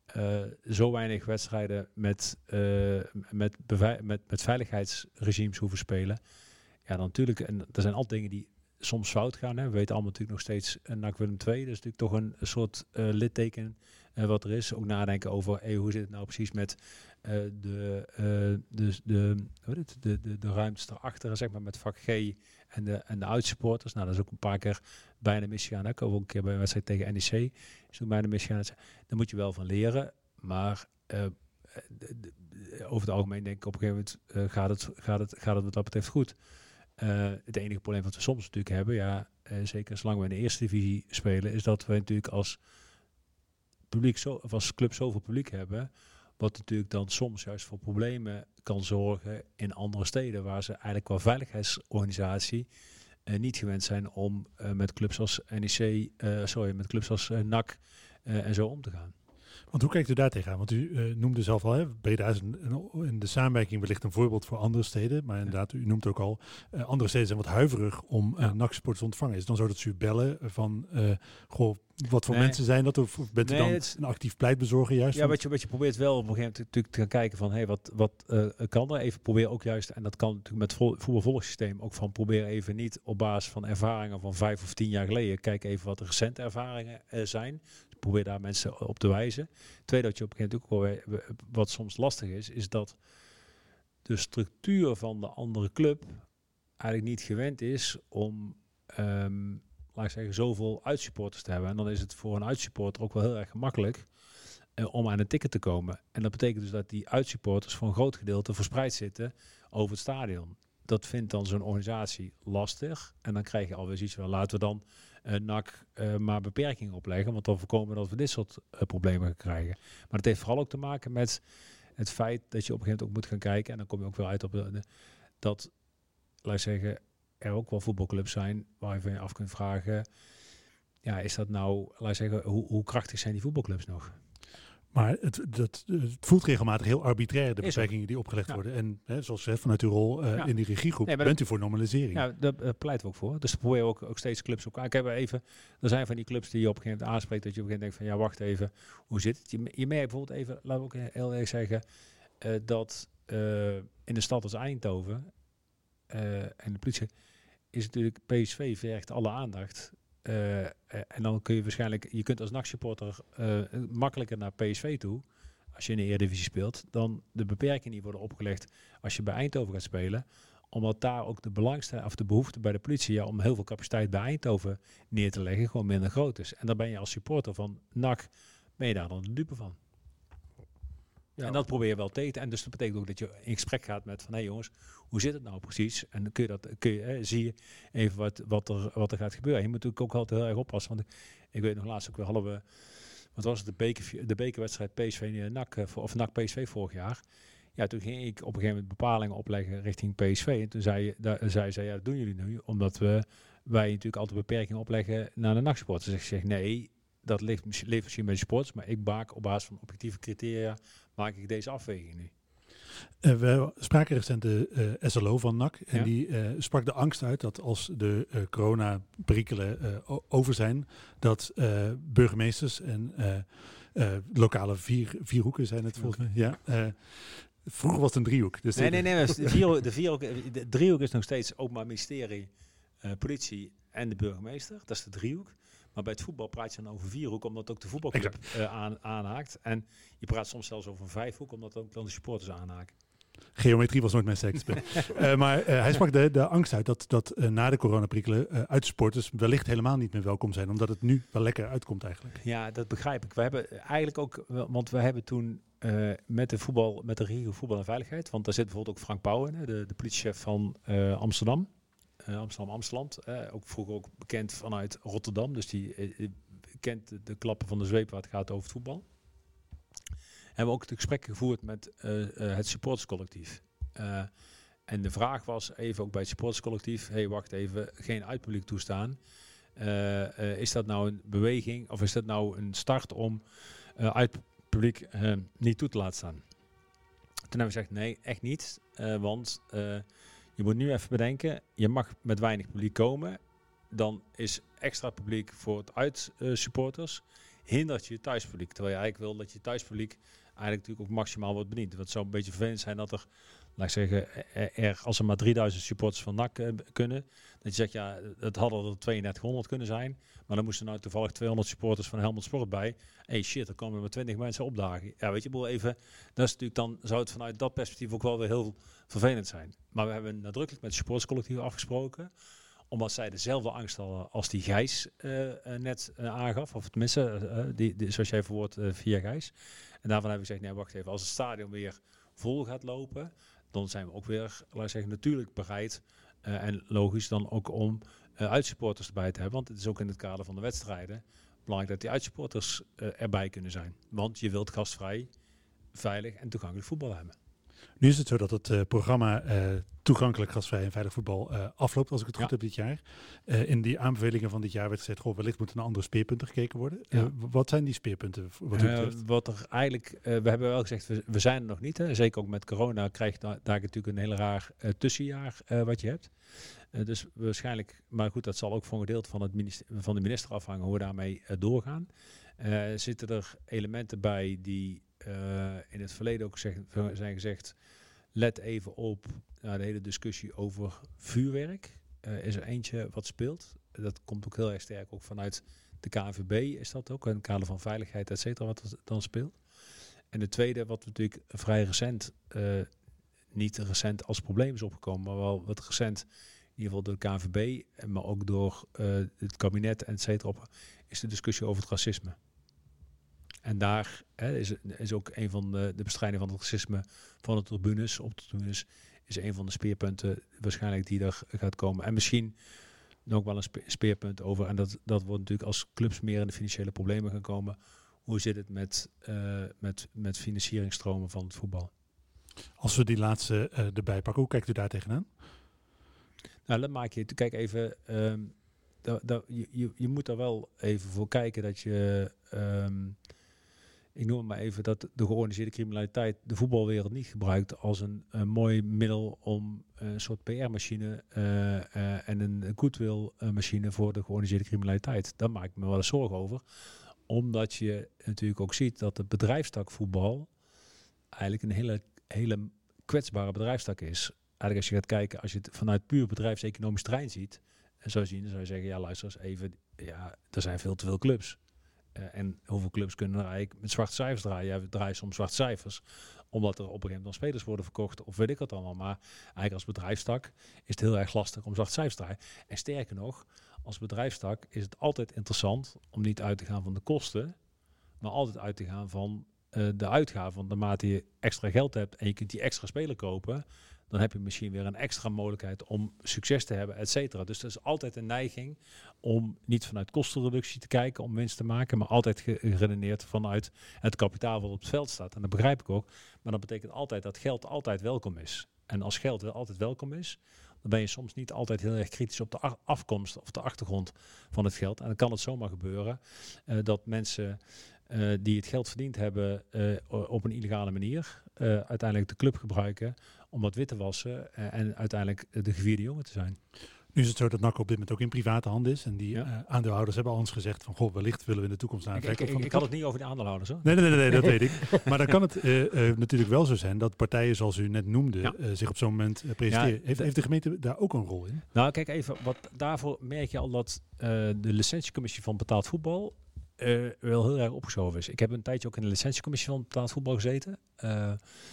[SPEAKER 4] uh, zo weinig wedstrijden met, uh, met, bevei- met, met veiligheidsregimes hoeven spelen. Ja, dan natuurlijk, en er zijn altijd dingen die soms fout gaan. Hè. We weten allemaal natuurlijk nog steeds uh, N A C Willem twee. Dat is natuurlijk toch een, een soort uh, litteken uh, wat er is. Ook nadenken over hey, hoe zit het nou precies met uh, de, uh, de, de, de, de, de, de ruimtes erachter, zeg maar, met vak G en de, en de uitsupporters. Nou, dat is ook een paar keer bijna misgegaan. Ik heb ook een keer bij een wedstrijd tegen N E C is ook bijna misgegaan. Daar moet je wel van leren. Maar uh, de, de, over het algemeen denk ik op een gegeven moment uh, gaat, het, gaat, het, gaat het wat dat betreft goed. Uh, het enige probleem wat we soms natuurlijk hebben, ja, uh, zeker zolang we in de eerste divisie spelen, is dat we natuurlijk als publiek zo, of als club zoveel publiek hebben, wat natuurlijk dan soms juist voor problemen kan zorgen in andere steden, waar ze eigenlijk qua veiligheidsorganisatie uh, niet gewend zijn om uh, met clubs als N E C, uh, sorry, met clubs als uh, N A C uh, en zo om te gaan.
[SPEAKER 3] Want hoe kijkt u daar tegenaan? Want u uh, noemde zelf al, hè, Breda is een, een, in de samenwerking wellicht een voorbeeld voor andere steden. Maar inderdaad, u noemt ook al, uh, andere steden zijn wat huiverig om uh,
[SPEAKER 4] ja.
[SPEAKER 3] N A C-supporters te ontvangen. Is het dan zo dat ze u bellen van, uh, goh, wat voor
[SPEAKER 4] nee.
[SPEAKER 3] mensen zijn dat? Of bent u
[SPEAKER 4] nee,
[SPEAKER 3] dan
[SPEAKER 4] het,
[SPEAKER 3] een actief pleitbezorger juist?
[SPEAKER 4] Ja, wat je, wat je probeert wel op een gegeven moment natuurlijk te gaan kijken van, hé, hey, wat, wat uh, kan er? Even proberen ook juist, en dat kan natuurlijk met het voetbalvolgsysteem, ook van probeer even niet op basis van ervaringen van vijf of tien jaar geleden, kijk even wat de recente ervaringen uh, zijn. Probeer daar mensen op te wijzen. Tweede, dat je op een gegeven moment ook wel, wat soms lastig is, is dat de structuur van de andere club eigenlijk niet gewend is om, um, laat ik zeggen, zoveel uitsupporters te hebben. En dan is het voor een uitsupporter ook wel heel erg gemakkelijk uh, om aan een ticket te komen. En dat betekent dus dat die uitsupporters voor een groot gedeelte verspreid zitten over het stadion. Dat vindt dan zo'n organisatie lastig. En dan krijg je alweer zoiets van, laten we dan uh, N A C uh, maar beperkingen opleggen. Want dan voorkomen we dat we dit soort uh, problemen gaan krijgen. Maar het heeft vooral ook te maken met het feit dat je op een gegeven moment ook moet gaan kijken. En dan kom je ook wel uit op de, de, dat, laat ik zeggen, er ook wel voetbalclubs zijn waar je van je af kunt vragen. Ja, is dat nou, laat ik zeggen, hoe, hoe krachtig zijn die voetbalclubs nog?
[SPEAKER 3] Maar het, dat, het voelt regelmatig heel arbitrair, de
[SPEAKER 4] Is
[SPEAKER 3] beperkingen die opgelegd
[SPEAKER 4] ja.
[SPEAKER 3] worden. En hè, zoals hè, vanuit uw rol uh,
[SPEAKER 4] ja.
[SPEAKER 3] in die regiegroep,
[SPEAKER 4] nee,
[SPEAKER 3] bent
[SPEAKER 4] dat,
[SPEAKER 3] u voor normalisering.
[SPEAKER 4] Ja, daar uh, pleiten we ook voor. Dus proberen we ook, ook steeds clubs op. Ik heb even, er zijn van die clubs die je op een gegeven moment aanspreekt, dat je op een gegeven moment denkt van, ja, wacht even, hoe zit het? Je, je merkt bijvoorbeeld even, laten we ook heel erg zeggen, uh, dat uh, in de stad als Eindhoven uh, en de politie is natuurlijk P S V vergt alle aandacht. Uh, uh, en dan kun je waarschijnlijk, je kunt als N A C-supporter uh, makkelijker naar P S V toe, als je in de Eredivisie speelt, dan de beperkingen die worden opgelegd als je bij Eindhoven gaat spelen, omdat daar ook de belangstelling of de behoefte bij de politie ja, om heel veel capaciteit bij Eindhoven neer te leggen gewoon minder groot is. En daar ben je als supporter van N A C, ben je daar dan de dupe van. Ja. En dat probeer je wel tegen te. En dus dat betekent ook dat je in gesprek gaat met van, hé hey jongens, hoe zit het nou precies? En dan kun je dat, kun je, eh, zie je even wat, wat, er, wat er gaat gebeuren. En je moet natuurlijk ook altijd heel erg oppassen. Want ik, ik weet nog laatst ook, we hadden we, wat was het, de, beker, de bekerwedstrijd P S V N A C, of N A C P S V vorig jaar. Ja, toen ging ik op een gegeven moment bepalingen opleggen richting P S V. En toen zei, daar, zei ze, ja, dat doen jullie nu, omdat we, wij natuurlijk altijd beperkingen opleggen naar de N A C-sport. Dus ik zeg, nee, dat ligt, ligt misschien bij de sports, maar ik maak op basis van objectieve criteria, maak ik deze afweging nu.
[SPEAKER 3] Uh, we spraken recent de uh, S L O van N A C. En
[SPEAKER 4] ja.
[SPEAKER 3] die uh, sprak de angst uit dat als de uh, corona-perikelen uh, over zijn, dat uh, burgemeesters en uh, uh, lokale vier, vierhoeken zijn het volgens mij. Ja, uh, vroeger was het een driehoek. Dus
[SPEAKER 4] nee, nee, nee. De, vier, de, vierhoek, de driehoek is nog steeds Openbaar Ministerie, uh, politie en de burgemeester. Dat is de driehoek. Maar bij het voetbal praat je dan over vierhoek, omdat ook de voetbalclub uh, aan, aanhaakt. En je praat soms zelfs over een vijfhoek, omdat ook dan de supporters aanhaken.
[SPEAKER 3] Geometrie was nooit mijn sterkste punt. uh, maar uh, hij sprak de, de angst uit dat, dat uh, na de coronaprikkelen uh, uitsporters wellicht helemaal niet meer welkom zijn. Omdat het nu wel lekker uitkomt eigenlijk.
[SPEAKER 4] Ja, dat begrijp ik. We hebben eigenlijk ook, want we hebben toen uh, met de voetbal, met de regio voetbal en veiligheid, want daar zit bijvoorbeeld ook Frank Pauwen, de, de politiechef van uh, Amsterdam. Uh, Amsterdam-Amsterdam, uh, ook vroeger ook bekend vanuit Rotterdam. Dus die uh, kent de, de klappen van de zweep waar het gaat over het voetbal. Hebben we ook het gesprek gevoerd met uh, uh, het supporterscollectief. Uh, en de vraag was even ook bij het supporterscollectief, hé hey, wacht even, geen uitpubliek toestaan. Uh, uh, is dat nou een beweging of is dat nou een start om uh, uitpubliek uh, niet toe te laten staan? Toen hebben we gezegd nee, echt niet, uh, want... Uh, Je moet nu even bedenken, je mag met weinig publiek komen. Dan is extra publiek voor het uitsupporters. Uh, hindert je thuispubliek. Terwijl je eigenlijk wil dat je thuispubliek eigenlijk natuurlijk ook maximaal wordt bediend. Het zou een beetje vervelend zijn dat er, laat ik zeggen, er, als er maar drieduizend supporters van N A C uh, kunnen, dat je zegt, ja, het hadden er tweeëndertighonderd kunnen zijn, maar dan moesten nou toevallig tweehonderd supporters van Helmond Sport bij. Hey shit, er komen er maar twintig mensen opdagen. Ja, weet je, boel even, dat is natuurlijk dan, zou het vanuit dat perspectief ook wel weer heel vervelend zijn. Maar we hebben nadrukkelijk met het supporterscollectief afgesproken, omdat zij dezelfde angst hadden als die Gijs uh, uh, net uh, aangaf. Of tenminste, uh, die, die, zoals jij verwoordt uh, via Gijs. En daarvan heb ik gezegd, nee, wacht even. Als het stadion weer vol gaat lopen, dan zijn we ook weer, laat ik zeggen, natuurlijk bereid. Uh, en logisch dan ook om uh, uitsupporters erbij te hebben. Want het is ook in het kader van de wedstrijden belangrijk dat die uitsupporters uh, erbij kunnen zijn. Want je wilt gastvrij, veilig en toegankelijk voetbal hebben.
[SPEAKER 3] Nu is het zo dat het uh, programma uh, toegankelijk, gastvrij en veilig voetbal uh, afloopt, als ik het goed ja. heb dit jaar. Uh, in die aanbevelingen van dit jaar werd gezegd, goh, wellicht moeten naar andere speerpunten gekeken worden. Ja. Uh, wat zijn die speerpunten? Wat,
[SPEAKER 4] uh, wat er eigenlijk, uh, we hebben wel gezegd, we, we zijn er nog niet. Hè. Zeker ook met corona krijg je daar, daar natuurlijk een heel raar uh, tussenjaar uh, wat je hebt. Uh, dus waarschijnlijk, maar goed, dat zal ook voor een gedeelte van, het minister, van de minister afhangen hoe we daarmee uh, doorgaan. Uh, zitten er elementen bij die uh, in het verleden ook zeg, zijn gezegd, let even op nou, de hele discussie over vuurwerk. Uh, is er eentje wat speelt. Dat komt ook heel erg sterk ook vanuit de K N V B is dat ook. In het kader van veiligheid, et cetera, wat dan speelt. En de tweede, wat natuurlijk vrij recent, uh, niet recent als probleem is opgekomen, maar wel wat recent, in ieder geval door de K N V B, maar ook door uh, het kabinet, et cetera, is de discussie over het racisme. En daar hè, is, is ook een van de, de bestrijding van het racisme van de tribunes, op de tribunes, is een van de speerpunten waarschijnlijk die er gaat komen. En misschien nog wel een spe- speerpunt over, en dat, dat wordt natuurlijk als clubs meer in de financiële problemen gaan komen. Hoe zit het met, uh, met, met financieringstromen van het voetbal?
[SPEAKER 3] Als we die laatste uh, erbij pakken, hoe kijkt u daar tegenaan?
[SPEAKER 4] Nou, dan maak je, kijk even, um, da, da, je, je, je moet er wel even voor kijken dat je, um, ik noem het maar even, dat de georganiseerde criminaliteit de voetbalwereld niet gebruikt als een, een mooi middel om een soort P R-machine uh, uh, en een goodwill-machine voor de georganiseerde criminaliteit. Daar maak ik me wel eens zorgen over. Omdat je natuurlijk ook ziet dat de bedrijfstak voetbal eigenlijk een hele, hele kwetsbare bedrijfstak is. Eigenlijk als je gaat kijken, als je het vanuit puur bedrijfseconomisch terrein ziet, en zo zien, dan zou je zeggen, ja luister eens even, ja, er zijn veel te veel clubs. Uh, en hoeveel clubs kunnen er eigenlijk met zwarte cijfers draaien? Ja, we draaien soms zwarte cijfers, omdat er op een gegeven moment spelers worden verkocht, of weet ik wat allemaal. Maar eigenlijk als bedrijfstak is het heel erg lastig om zwarte cijfers te draaien. En sterker nog, als bedrijfstak is het altijd interessant om niet uit te gaan van de kosten, maar altijd uit te gaan van uh, de uitgaven. Want naarmate je extra geld hebt en je kunt die extra speler kopen, dan heb je misschien weer een extra mogelijkheid om succes te hebben, et cetera. Dus er is altijd een neiging om niet vanuit kostenreductie te kijken, om winst te maken, maar altijd geredeneerd vanuit het kapitaal wat op het veld staat. En dat begrijp ik ook. Maar dat betekent altijd dat geld altijd welkom is. En als geld wel altijd welkom is, dan ben je soms niet altijd heel erg kritisch op de afkomst of de achtergrond van het geld. En dan kan het zomaar gebeuren uh, dat mensen uh, die het geld verdiend hebben uh, op een illegale manier uh, uiteindelijk de club gebruiken om wat wit te wassen uh, en uiteindelijk de gevierde jongen te zijn.
[SPEAKER 3] Nu is het zo dat N A C op dit moment ook in private handen is. En die
[SPEAKER 4] ja.
[SPEAKER 3] uh, aandeelhouders hebben al eens gezegd van, goh, wellicht willen we in de toekomst naar een
[SPEAKER 4] Ik, ik,
[SPEAKER 3] verkoop
[SPEAKER 4] ik,
[SPEAKER 3] van
[SPEAKER 4] ik had het niet over de aandeelhouders hoor.
[SPEAKER 3] Nee, nee, nee, nee dat weet ik. Maar dan kan het uh, uh, natuurlijk wel zo zijn dat partijen zoals u net noemde
[SPEAKER 4] ja.
[SPEAKER 3] uh, zich op zo'n moment uh, presenteren.
[SPEAKER 4] Ja,
[SPEAKER 3] heeft, heeft de gemeente daar ook een rol in?
[SPEAKER 4] Nou, kijk even, wat daarvoor merk je al dat uh, de licentiecommissie van betaald voetbal uh, wel heel erg opgeschoven is. Ik heb een tijdje ook in de licentiecommissie van betaald voetbal gezeten. Uh,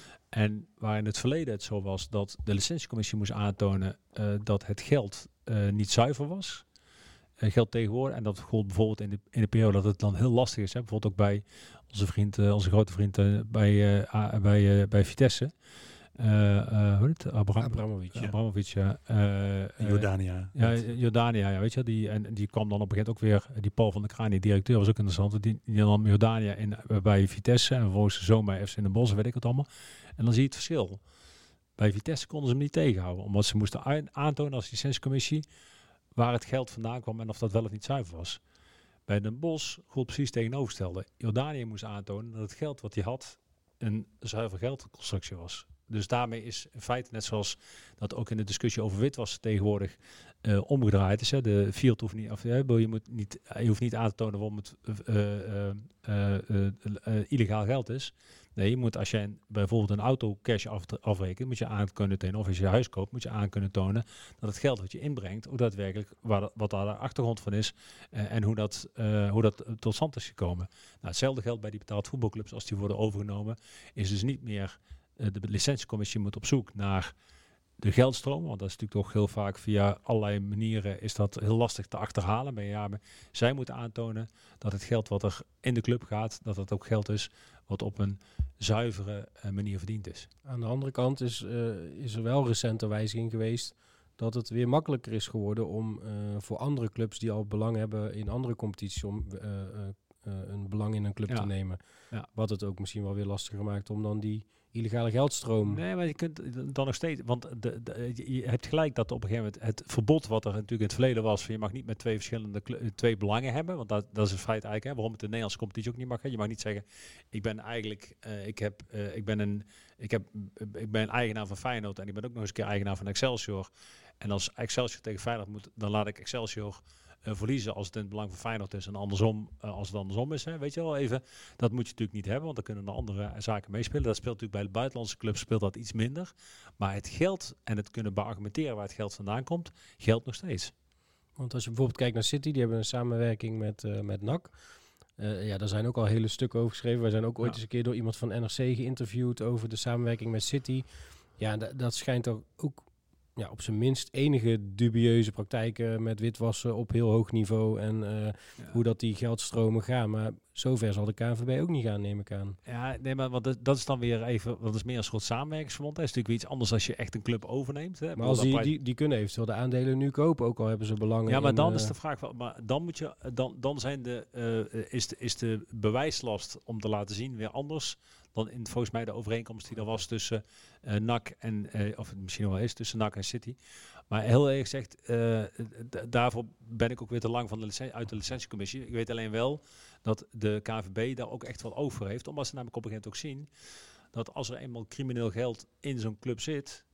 [SPEAKER 4] En waar in het verleden het zo was dat de licentiecommissie moest aantonen uh, dat het geld uh, niet zuiver was. Uh, geld tegenwoordig. En dat gold bijvoorbeeld in de, in de periode dat het dan heel lastig is. Hè? Bijvoorbeeld ook bij onze vriend, uh, onze grote vriend uh, bij, uh, uh, bij, uh, bij Vitesse. Uh, uh, hoe heet het? Abra-
[SPEAKER 5] Abramovic.
[SPEAKER 3] Ja.
[SPEAKER 4] Abramovic, ja. Uh,
[SPEAKER 3] Jordania.
[SPEAKER 4] Ja, Jordania, ja, weet je. Die, en die kwam dan op een gegeven moment ook weer, die Paul van der Kraan, die directeur, was ook interessant. Die, die nam Jordania in, bij Vitesse en vervolgens de zomer bij F C in de Bosch, weet ik het allemaal. En dan zie je het verschil. Bij Vitesse konden ze hem niet tegenhouden, omdat ze moesten aantonen als licentiecommissie waar het geld vandaan kwam en of dat wel of niet zuiver was. Bij Den Bosch gold precies tegenovergestelde. Jordanië moest aantonen dat het geld wat hij had een zuiver geldconstructie was. Dus daarmee is in feite, net zoals dat ook in de discussie over witwassen tegenwoordig uh, omgedraaid is. Hè. De field hoeft niet, of, ja, je, moet niet, je hoeft niet aan te tonen waarom het uh, uh, uh, uh, uh, illegaal geld is. Nee, je moet als je een, bijvoorbeeld een auto cash af, afrekent, moet je aan kunnen tonen, of als je je huis koopt, moet je aan kunnen tonen dat het geld wat je inbrengt, ook daadwerkelijk waar, wat daar de achtergrond van is uh, en hoe dat, uh, hoe dat tot stand is gekomen. Nou, hetzelfde geldt bij die betaald voetbalclubs als die worden overgenomen, is dus niet meer uh, de licentiecommissie moet op zoek naar de geldstroom, want dat is natuurlijk toch heel vaak via allerlei manieren is dat heel lastig te achterhalen. Maar ja, maar zij moeten aantonen dat het geld wat er in de club gaat, dat het ook geld is wat op een zuivere uh, manier verdiend is.
[SPEAKER 5] Aan de andere kant is, uh, is er wel recente wijziging geweest dat het weer makkelijker is geworden om uh, voor andere clubs die al belang hebben in andere competities om uh, uh, uh, een belang in een club ja. te nemen. Ja. Wat het ook misschien wel weer lastiger maakt om dan die illegale geldstroom.
[SPEAKER 4] Nee, maar je kunt dan nog steeds, want de, de, je hebt gelijk dat op een gegeven moment het verbod wat er natuurlijk in het verleden was, van je mag niet met twee verschillende twee belangen hebben, want dat, dat is een feit eigenlijk, hè, waarom het de Nederlandse competitie ook niet mag. Hè. Je mag niet zeggen, ik ben eigenlijk, uh, ik heb, uh, ik ben een, ik heb, uh, ik ben eigenaar van Feyenoord en ik ben ook nog eens een keer eigenaar van Excelsior. En als Excelsior tegen Feyenoord moet, dan laat ik Excelsior Uh, verliezen als het in het belang van Feyenoord is en andersom uh, als het andersom is. Hè. Weet je wel, even, dat moet je natuurlijk niet hebben, want dan kunnen er andere uh, zaken meespelen. Dat speelt natuurlijk bij de buitenlandse clubs speelt dat iets minder. Maar het geld en het kunnen beargumenteren waar het geld vandaan komt, geldt nog steeds.
[SPEAKER 5] Want als je bijvoorbeeld kijkt naar City, die hebben een samenwerking met, uh, met N A C. Uh, ja, daar zijn ook al hele stukken over geschreven. Wij zijn ook ooit ja. eens een keer door iemand van N R C geïnterviewd over de samenwerking met City. Ja, d- dat schijnt toch ook ja, op zijn minst enige dubieuze praktijken met witwassen op heel hoog niveau en uh, ja. hoe dat die geldstromen gaan. Maar zover zal de K N V B ook niet gaan, neem ik aan.
[SPEAKER 4] Ja, nee, maar want dat is dan weer even, dat is meer een soort samenwerkingsverband. Dat is natuurlijk weer iets anders als je echt een club overneemt. Hè.
[SPEAKER 5] Maar als die, die, die kunnen eventueel de aandelen nu kopen, ook al hebben ze belangen.
[SPEAKER 4] Ja, maar
[SPEAKER 5] in,
[SPEAKER 4] dan
[SPEAKER 5] uh,
[SPEAKER 4] is de vraag, van, maar dan moet je, dan, dan zijn de, uh, is de, is de bewijslast om te laten zien weer anders dan in volgens mij de overeenkomst die er was tussen uh, N A C en, uh, of het misschien wel is, tussen N A C en City. Maar heel eerlijk gezegd, uh, d- daarvoor ben ik ook weer te lang van de licen- uit de licentiecommissie. Ik weet alleen wel dat de K N V B daar ook echt wel over heeft. Omdat ze namelijk op een gegeven moment ook zien dat als er eenmaal crimineel geld in zo'n club zit,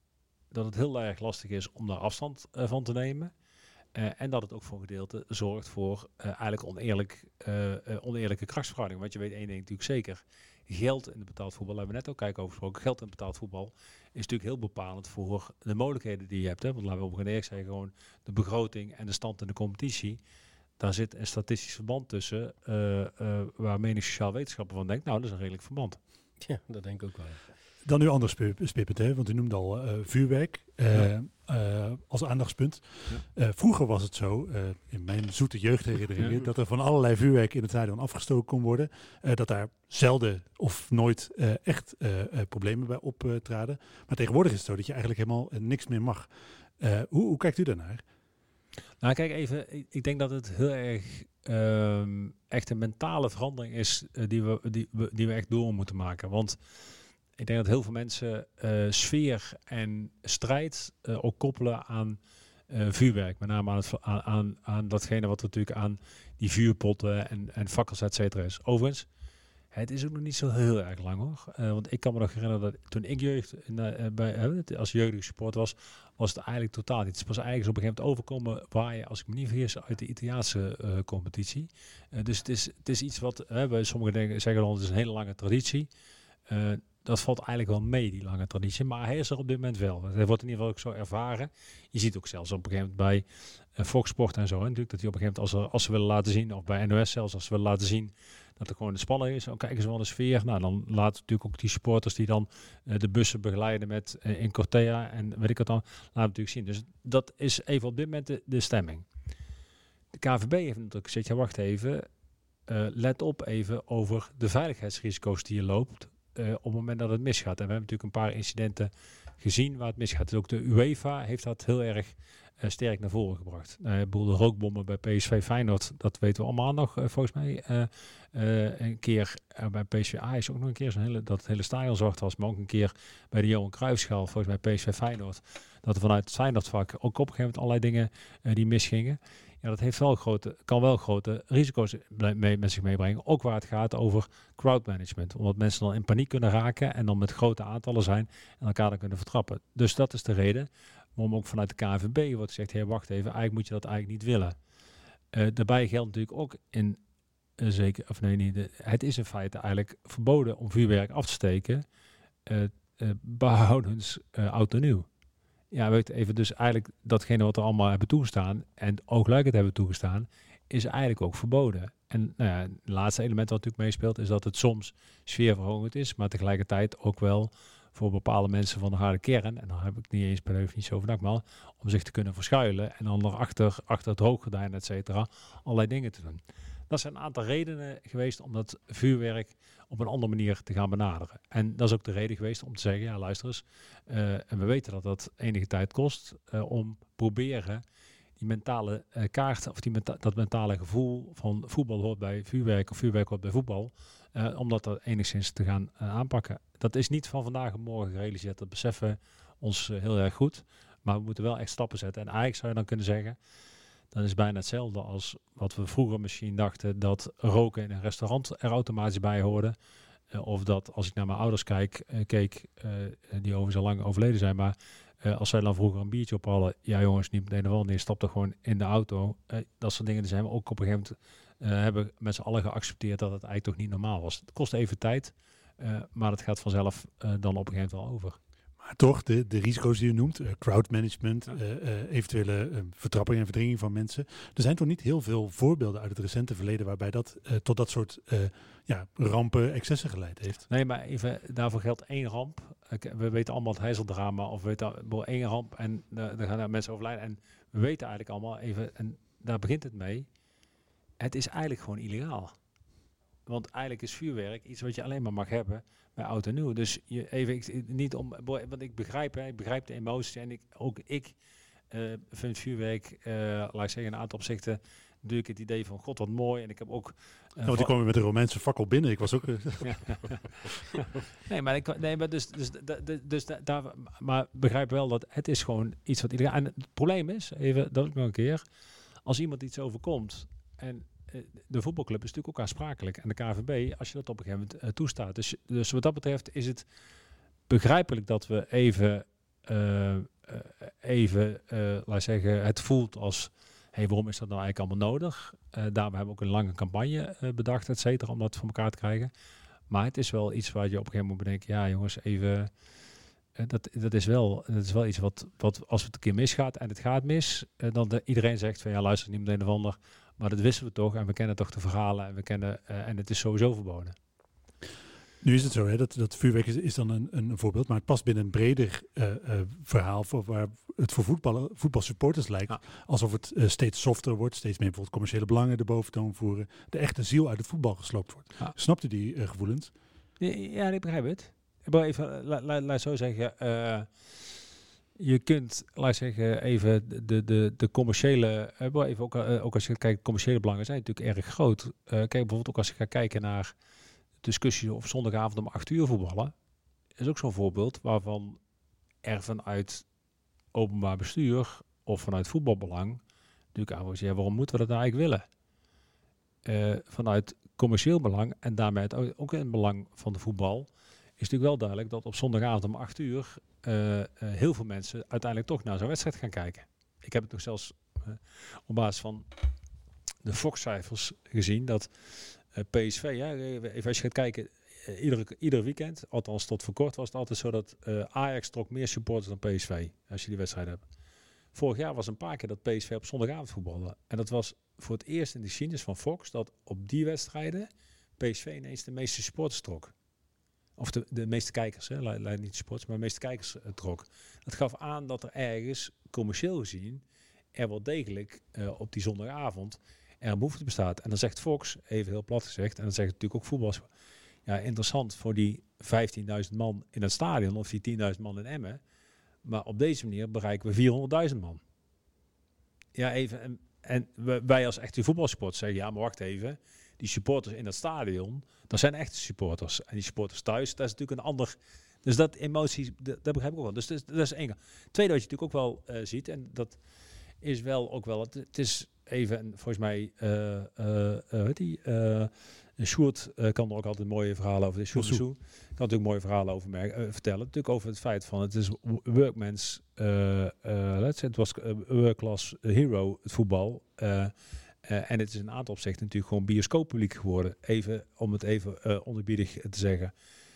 [SPEAKER 4] dat het heel erg lastig is om daar afstand uh, van te nemen. Uh, en dat het ook voor een gedeelte zorgt voor uh, eigenlijk oneerlijk, uh, uh, oneerlijke krachtsverhouding. Want je weet één ding natuurlijk zeker. Geld in het betaald voetbal, daar hebben we net ook kijken over gesproken. Geld in het betaald voetbal is natuurlijk heel bepalend voor de mogelijkheden die je hebt. Hè? Want laten we op een eerlijk zeggen, gewoon de begroting en de stand in de competitie. Daar zit een statistisch verband tussen, uh, uh, waar menig sociaal wetenschapper van denkt, nou, dat is een redelijk verband.
[SPEAKER 5] Ja, dat denk ik ook wel.
[SPEAKER 3] Dan nu anders spippend, hè? Want u noemde al uh, vuurwerk uh, ja. uh, als aandachtspunt. Ja. Uh, vroeger was het zo, uh, in mijn zoete jeugdherinneringen, ja. dat er van allerlei vuurwerk in het stadion afgestoken kon worden. Uh, dat daar zelden of nooit uh, echt uh, uh, problemen bij optraden. Uh, maar tegenwoordig is het zo dat je eigenlijk helemaal uh, niks meer mag. Uh, hoe, hoe kijkt u daarnaar?
[SPEAKER 4] Nou, kijk even, ik, ik denk dat het heel erg um, echt een mentale verandering is uh, die, we, die, we, die we echt door moeten maken. Want ik denk dat heel veel mensen uh, sfeer en strijd uh, ook koppelen aan uh, vuurwerk. Met name aan, het, aan, aan, aan datgene wat er natuurlijk aan die vuurpotten en, en fakkels et cetera is. Overigens, het is ook nog niet zo heel erg lang hoor. Uh, want ik kan me nog herinneren dat toen ik jeugd uh, bij, uh, als jeugdige support was, was het eigenlijk totaal niet. Het was eigenlijk op een gegeven moment overkomen waar je, als ik me niet vergis, uit de Italiaanse uh, competitie. Uh, dus het is, het is iets wat, uh, bij sommigen denken, zeggen dan, het is een hele lange traditie. Uh, Dat valt eigenlijk wel mee, die lange traditie. Maar hij is er op dit moment wel. Dat wordt in ieder geval ook zo ervaren. Je ziet ook zelfs op een gegeven moment bij uh, Fox Sport en zo. Hè, natuurlijk dat die op een gegeven moment, als, er, als ze willen laten zien, of bij N O S zelfs, als ze willen laten zien dat er gewoon de spanning is. Dan kijken ze wel de sfeer. Nou, dan laten natuurlijk ook die supporters die dan uh, de bussen begeleiden met uh, in Cortea en weet ik wat dan, laten we natuurlijk zien. Dus dat is even op dit moment de, de stemming. De K N V B heeft natuurlijk gezegd, ja wacht even, uh, let op even over de veiligheidsrisico's die je loopt. Uh, op het moment dat het misgaat. En we hebben natuurlijk een paar incidenten gezien waar het misgaat. Dus ook de UEFA heeft dat heel erg uh, sterk naar voren gebracht. Uh, de rookbommen bij P S V Feyenoord, dat weten we allemaal nog uh, volgens mij. Uh, uh, een keer uh, bij P S V Ajax ook nog een keer zo'n hele, dat het hele stadion zwart was. Maar ook een keer bij de Johan Cruijffschaal, volgens mij P S V Feyenoord. Dat er vanuit het Feyenoordvak ook op een gegeven moment allerlei dingen uh, die misgingen. Ja, dat heeft wel grote, kan wel grote risico's mee, met zich meebrengen. Ook waar het gaat over crowdmanagement. Omdat mensen dan in paniek kunnen raken en dan met grote aantallen zijn en elkaar dan kunnen vertrappen. Dus dat is de reden waarom ook vanuit de K N V B wordt gezegd, hey, wacht even, eigenlijk moet je dat eigenlijk niet willen. Uh, daarbij geldt natuurlijk ook in uh, zeker, of nee, niet, de, het is in feite eigenlijk verboden om vuurwerk af te steken, uh, uh, behoudens uh, oud en nieuw. Ja, weet even, dus eigenlijk datgene wat we allemaal hebben toegestaan en oogluikend hebben toegestaan, is eigenlijk ook verboden. En nou ja, het laatste element wat natuurlijk meespeelt, is dat het soms sfeerverhogend is, maar tegelijkertijd ook wel voor bepaalde mensen van de harde kern, en dan heb ik niet eens per definitie over nakmal, om zich te kunnen verschuilen en dan nog achter, achter het hooggordijn, et cetera, allerlei dingen te doen. Dat zijn een aantal redenen geweest om dat vuurwerk op een andere manier te gaan benaderen. En dat is ook de reden geweest om te zeggen, ja luister eens, uh, en we weten dat dat enige tijd kost, uh, om proberen die mentale uh, kaart, of die menta- dat mentale gevoel van voetbal hoort bij vuurwerk, of vuurwerk hoort bij voetbal, uh, om dat er enigszins te gaan uh, aanpakken. Dat is niet van vandaag op morgen gerealiseerd, dat beseffen we ons uh, heel erg goed, maar we moeten wel echt stappen zetten. En eigenlijk zou je dan kunnen zeggen, dat is bijna hetzelfde als wat we vroeger misschien dachten dat roken in een restaurant er automatisch bij hoorde. Uh, of dat als ik naar mijn ouders kijk, uh, keek, uh, die overigens al lang overleden zijn, maar uh, als zij dan vroeger een biertje op hadden, ja jongens, niet meteen de volgende, je stapt er gewoon in de auto. Uh, dat soort dingen, die zijn we ook op een gegeven moment, uh, hebben met z'n allen geaccepteerd dat het eigenlijk toch niet normaal was. Het kost even tijd, uh, maar het gaat vanzelf uh, dan op een gegeven moment wel over.
[SPEAKER 3] Maar toch, de, de risico's die u noemt, uh, crowdmanagement, ja. uh, uh, eventuele uh, vertrapping en verdringing van mensen. Er zijn toch niet heel veel voorbeelden uit het recente verleden waarbij dat uh, tot dat soort uh, ja, rampen, excessen geleid heeft.
[SPEAKER 4] Nee, maar even, daarvoor geldt één ramp. We weten allemaal het Heizeldrama, of we weten één ramp en uh, er gaan mensen overlijden. En we weten eigenlijk allemaal even, en daar begint het mee, het is eigenlijk gewoon illegaal. Want eigenlijk is vuurwerk iets wat je alleen maar mag hebben bij oud en nieuw. Dus je even ik, niet om, want ik begrijp, hè, ik begrijp de emotie en ik, ook ik uh, vind vuurwerk, uh, laat ik zeggen, in een aantal opzichten doe ik het idee van god wat mooi. En ik heb ook. Uh,
[SPEAKER 3] ja, want die kwam met een Romeinse fakkel binnen. Ik was ook. Uh,
[SPEAKER 4] nee, maar ik, nee, maar dus, dus, dus, dus daar, maar begrijp wel dat het is gewoon iets wat iedereen. En het probleem is, even dat ook nog een keer, als iemand iets overkomt en de voetbalclub is natuurlijk ook aansprakelijk. En de K N V B, als je dat op een gegeven moment uh, toestaat. Dus, dus wat dat betreft is het begrijpelijk dat we even, uh, uh, even uh, laat zeggen, het voelt als, hey, waarom is dat nou eigenlijk allemaal nodig? Uh, daarom hebben we ook een lange campagne uh, bedacht, et cetera, om dat voor elkaar te krijgen. Maar het is wel iets waar je op een gegeven moment bedenkt, ja jongens, even, uh, dat, dat, is wel, dat is wel iets wat, wat, als het een keer misgaat en het gaat mis, uh, dan de, iedereen zegt van, ja luister, niet meteen de ander. Maar dat wisten we toch en we kennen toch de verhalen en we kennen uh, en het is sowieso verboden.
[SPEAKER 3] Nu is het zo, hè, dat, dat vuurwerk is, is dan een, een voorbeeld, maar het past binnen een breder uh, uh, verhaal voor, waar het voor voetballen, voetbalsupporters lijkt ja. alsof het uh, steeds softer wordt, steeds meer bijvoorbeeld commerciële belangen de boventoon voeren, de echte ziel uit het voetbal gesloopt wordt. Ja. Snapt u die uh, gevoelens?
[SPEAKER 4] Ja, ik begrijp het. Ik wil even, laat la, la zo zeggen, uh, je kunt, laat zeggen, even de, de, de commerciële, uh, even ook, uh, ook als je kijkt, commerciële belangen zijn natuurlijk erg groot. Uh, kijk bijvoorbeeld ook als je gaat kijken naar discussie of zondagavond om acht uur voetballen, is ook zo'n voorbeeld waarvan er vanuit openbaar bestuur of vanuit voetbalbelang natuurlijk aan ja, waarom moeten we dat nou eigenlijk willen? Uh, vanuit commercieel belang en daarmee het ook in het belang van de voetbal is natuurlijk wel duidelijk dat op zondagavond om acht uur uh, uh, heel veel mensen uiteindelijk toch naar zo'n wedstrijd gaan kijken. Ik heb het nog zelfs uh, op basis van de Fox-cijfers gezien dat uh, P S V, ja, even als je gaat kijken, uh, ieder, ieder weekend, althans tot voor kort was het altijd zo dat uh, Ajax trok meer supporters dan P S V, als je die wedstrijd hebt. Vorig jaar was een paar keer dat P S V op zondagavond voetbalde. En dat was voor het eerst in de geschiedenis van Fox dat op die wedstrijden P S V ineens de meeste supporters trok. Of de, de meeste kijkers, hè, leidt niet supporters, maar de meeste kijkers uh, trok. Dat gaf aan dat er ergens, commercieel gezien, er wel degelijk uh, op die zondagavond er een behoefte bestaat. En dan zegt Fox, even heel plat gezegd, en dan zegt natuurlijk ook voetbal, ja, interessant voor die vijftienduizend man in het stadion of die tienduizend man in Emmen. Maar op deze manier bereiken we vierhonderdduizend man. Ja, even. En, en wij als echte voetbalsupporters zeggen, ja, maar wacht even. Die supporters in dat stadion, dat zijn echte supporters. En die supporters thuis, dat is natuurlijk een ander. Dus dat emotie, dat, dat begrijp ik ook wel. Dus dat, dat is één. Tweede wat je natuurlijk ook wel uh, ziet, en dat is wel ook wel... Het, het is even, volgens mij... Uh, uh, uh, die... Uh, Sjoerd uh, kan er ook altijd mooie verhalen over. Sjoerd Sjoerd kan natuurlijk mooie verhalen over merken, uh, vertellen. Natuurlijk over het feit van het is workman's, uh, uh, let's say, het was uh, world-class hero, het voetbal. Uh, uh, en het is in een aantal opzichten natuurlijk gewoon bioscooppubliek geworden. Even, om het even uh, onderbiedig te zeggen.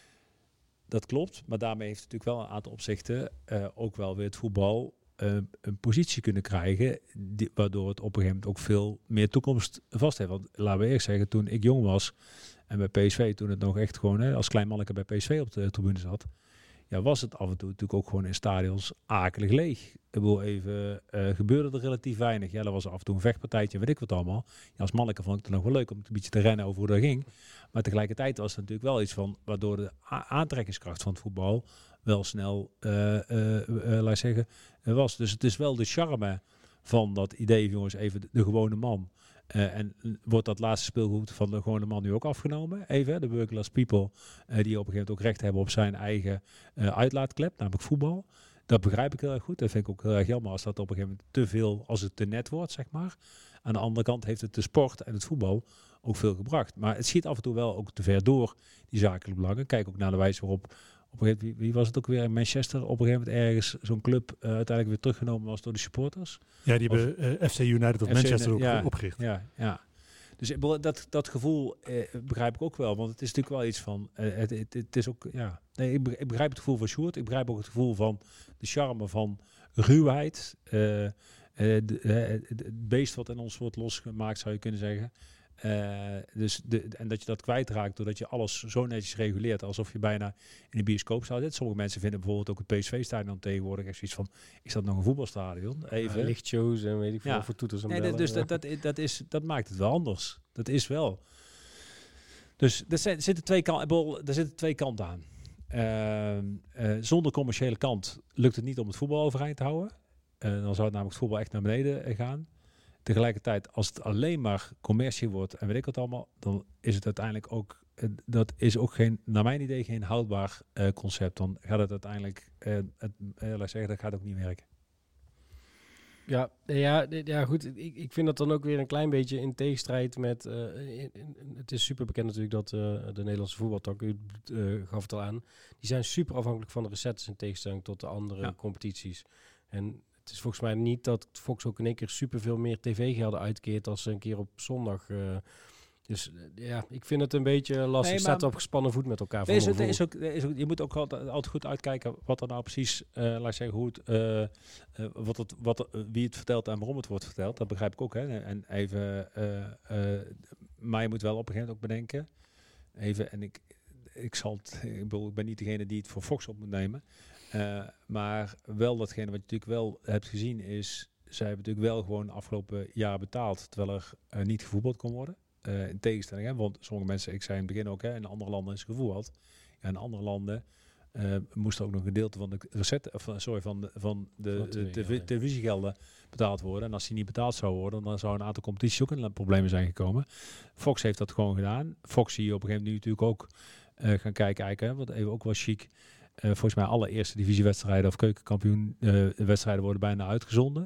[SPEAKER 4] Dat klopt, maar daarmee heeft het natuurlijk wel een aantal opzichten uh, ook wel weer het voetbal uh, een positie kunnen krijgen, die, waardoor het op een gegeven moment ook veel meer toekomst vast heeft. Want laten we eerst zeggen, toen ik jong was en bij P S V, toen het nog echt gewoon hè, als klein manneke bij P S V op de tribune zat, ja, was het af en toe natuurlijk ook gewoon in stadions akelig leeg. Ik bedoel, even, uh, gebeurde er relatief weinig. Ja, er was af en toe een vechtpartijtje, weet ik wat allemaal. Ja, als manneke vond ik het nog wel leuk om een beetje te rennen over hoe dat ging. Maar tegelijkertijd was het natuurlijk wel iets van, waardoor de a- aantrekkingskracht van het voetbal wel snel, uh, uh, uh, laat zeggen, uh, was. Dus het is wel de charme van dat idee, jongens, even de, de gewone man. Uh, en wordt dat laatste speelgoed van de gewone man nu ook afgenomen? Even, de working-class people, uh, die op een gegeven moment ook recht hebben op zijn eigen uh, uitlaatklep, namelijk voetbal. Dat begrijp ik heel erg goed. Dat vind ik ook heel erg jammer als dat op een gegeven moment te veel, als het te net wordt, zeg maar. Aan de andere kant heeft het de sport en het voetbal ook veel gebracht. Maar het schiet af en toe wel ook te ver door, die zakelijke belangen. Kijk ook naar de wijze waarop, op een gegeven moment, wie, wie was het ook weer in Manchester, op een gegeven moment ergens zo'n club uh, uiteindelijk weer teruggenomen was door de supporters.
[SPEAKER 3] Ja, die hebben uh, F C United of
[SPEAKER 4] F C
[SPEAKER 3] Manchester ook
[SPEAKER 4] ja, opgericht. Ja, ja. Dus dat, dat gevoel eh, begrijp ik ook wel, want het is natuurlijk wel iets van, uh, het, het, het is ook, ja, nee, ik, ik begrijp het gevoel van Sjoerd, ik begrijp ook het gevoel van de charme van ruwheid, uh, uh, de, uh, het beest wat in ons wordt losgemaakt, zou je kunnen zeggen. Uh, dus de, en dat je dat kwijtraakt doordat je alles zo netjes reguleert, alsof je bijna in een bioscoop zou zitten. Sommige mensen vinden bijvoorbeeld ook het P S V-stadion tegenwoordig echt zoiets van, is dat nog een voetbalstadion? Even.
[SPEAKER 5] Ja, lichtshows en weet ik veel, ja. voor toeters en
[SPEAKER 4] nee,
[SPEAKER 5] bellen.
[SPEAKER 4] Dus dat, dat, dat, is, dat maakt het wel anders. Dat is wel. Dus er, zijn, er, zitten, twee kan, er zitten twee kanten aan. Uh, uh, zonder commerciële kant lukt het niet om het voetbal overeind te houden. Uh, dan zou het namelijk het voetbal echt naar beneden gaan. Tegelijkertijd, als het alleen maar commercie wordt en weet ik wat allemaal, dan is het uiteindelijk ook, uh, dat is ook geen, naar mijn idee, geen houdbaar uh, concept. Dan gaat het uiteindelijk, uh, het, uh, laat zeggen, dat gaat ook niet werken.
[SPEAKER 5] Ja, ja, ja goed. Ik, ik vind dat dan ook weer een klein beetje in tegenstrijd met... Uh, in, in, het is super bekend natuurlijk dat uh, de Nederlandse voetbaltak, u uh, gaf het al aan, die zijn super afhankelijk van de recettes in tegenstelling tot de andere ja. competities. En het is volgens mij niet dat Fox ook in één keer superveel meer tv-gelden uitkeert als ze een keer op zondag... Uh, dus uh, ja, ik vind het een beetje lastig. Nee, staat op gespannen voet met elkaar.
[SPEAKER 4] Is het, is ook, is ook, je moet ook altijd, altijd goed uitkijken wat er nou precies, uh, laat ik zeggen, hoe het, uh, uh, wat het, wat, uh, wie het vertelt en waarom het wordt verteld. Dat begrijp ik ook. Hè. En even, uh, uh, maar je moet wel op een gegeven moment ook bedenken. Even, en ik, ik zal het, ik, bedoel, ik ben niet degene die het voor Fox op moet nemen. Uh, maar wel datgene wat je natuurlijk wel hebt gezien is, zij hebben natuurlijk wel gewoon de afgelopen jaar betaald, terwijl er uh, niet gevoetbald kon worden. Uh, in tegenstelling, hè, want sommige mensen, ik zei in het begin ook, hè, in andere landen is gevoel had. Ja, in andere landen uh, moest ook nog een gedeelte van de recette, of, sorry, van de, van de, de tv, ja. televisiegelden betaald worden. En als die niet betaald zou worden, dan zou een aantal competities ook in problemen zijn gekomen. Fox heeft dat gewoon gedaan. Fox zie je op een gegeven moment nu natuurlijk ook uh, gaan kijken, eigenlijk, hè, wat even ook wel chic. Uh, volgens mij alle eerste divisiewedstrijden of keukenkampioen uh, wedstrijden worden bijna uitgezonden.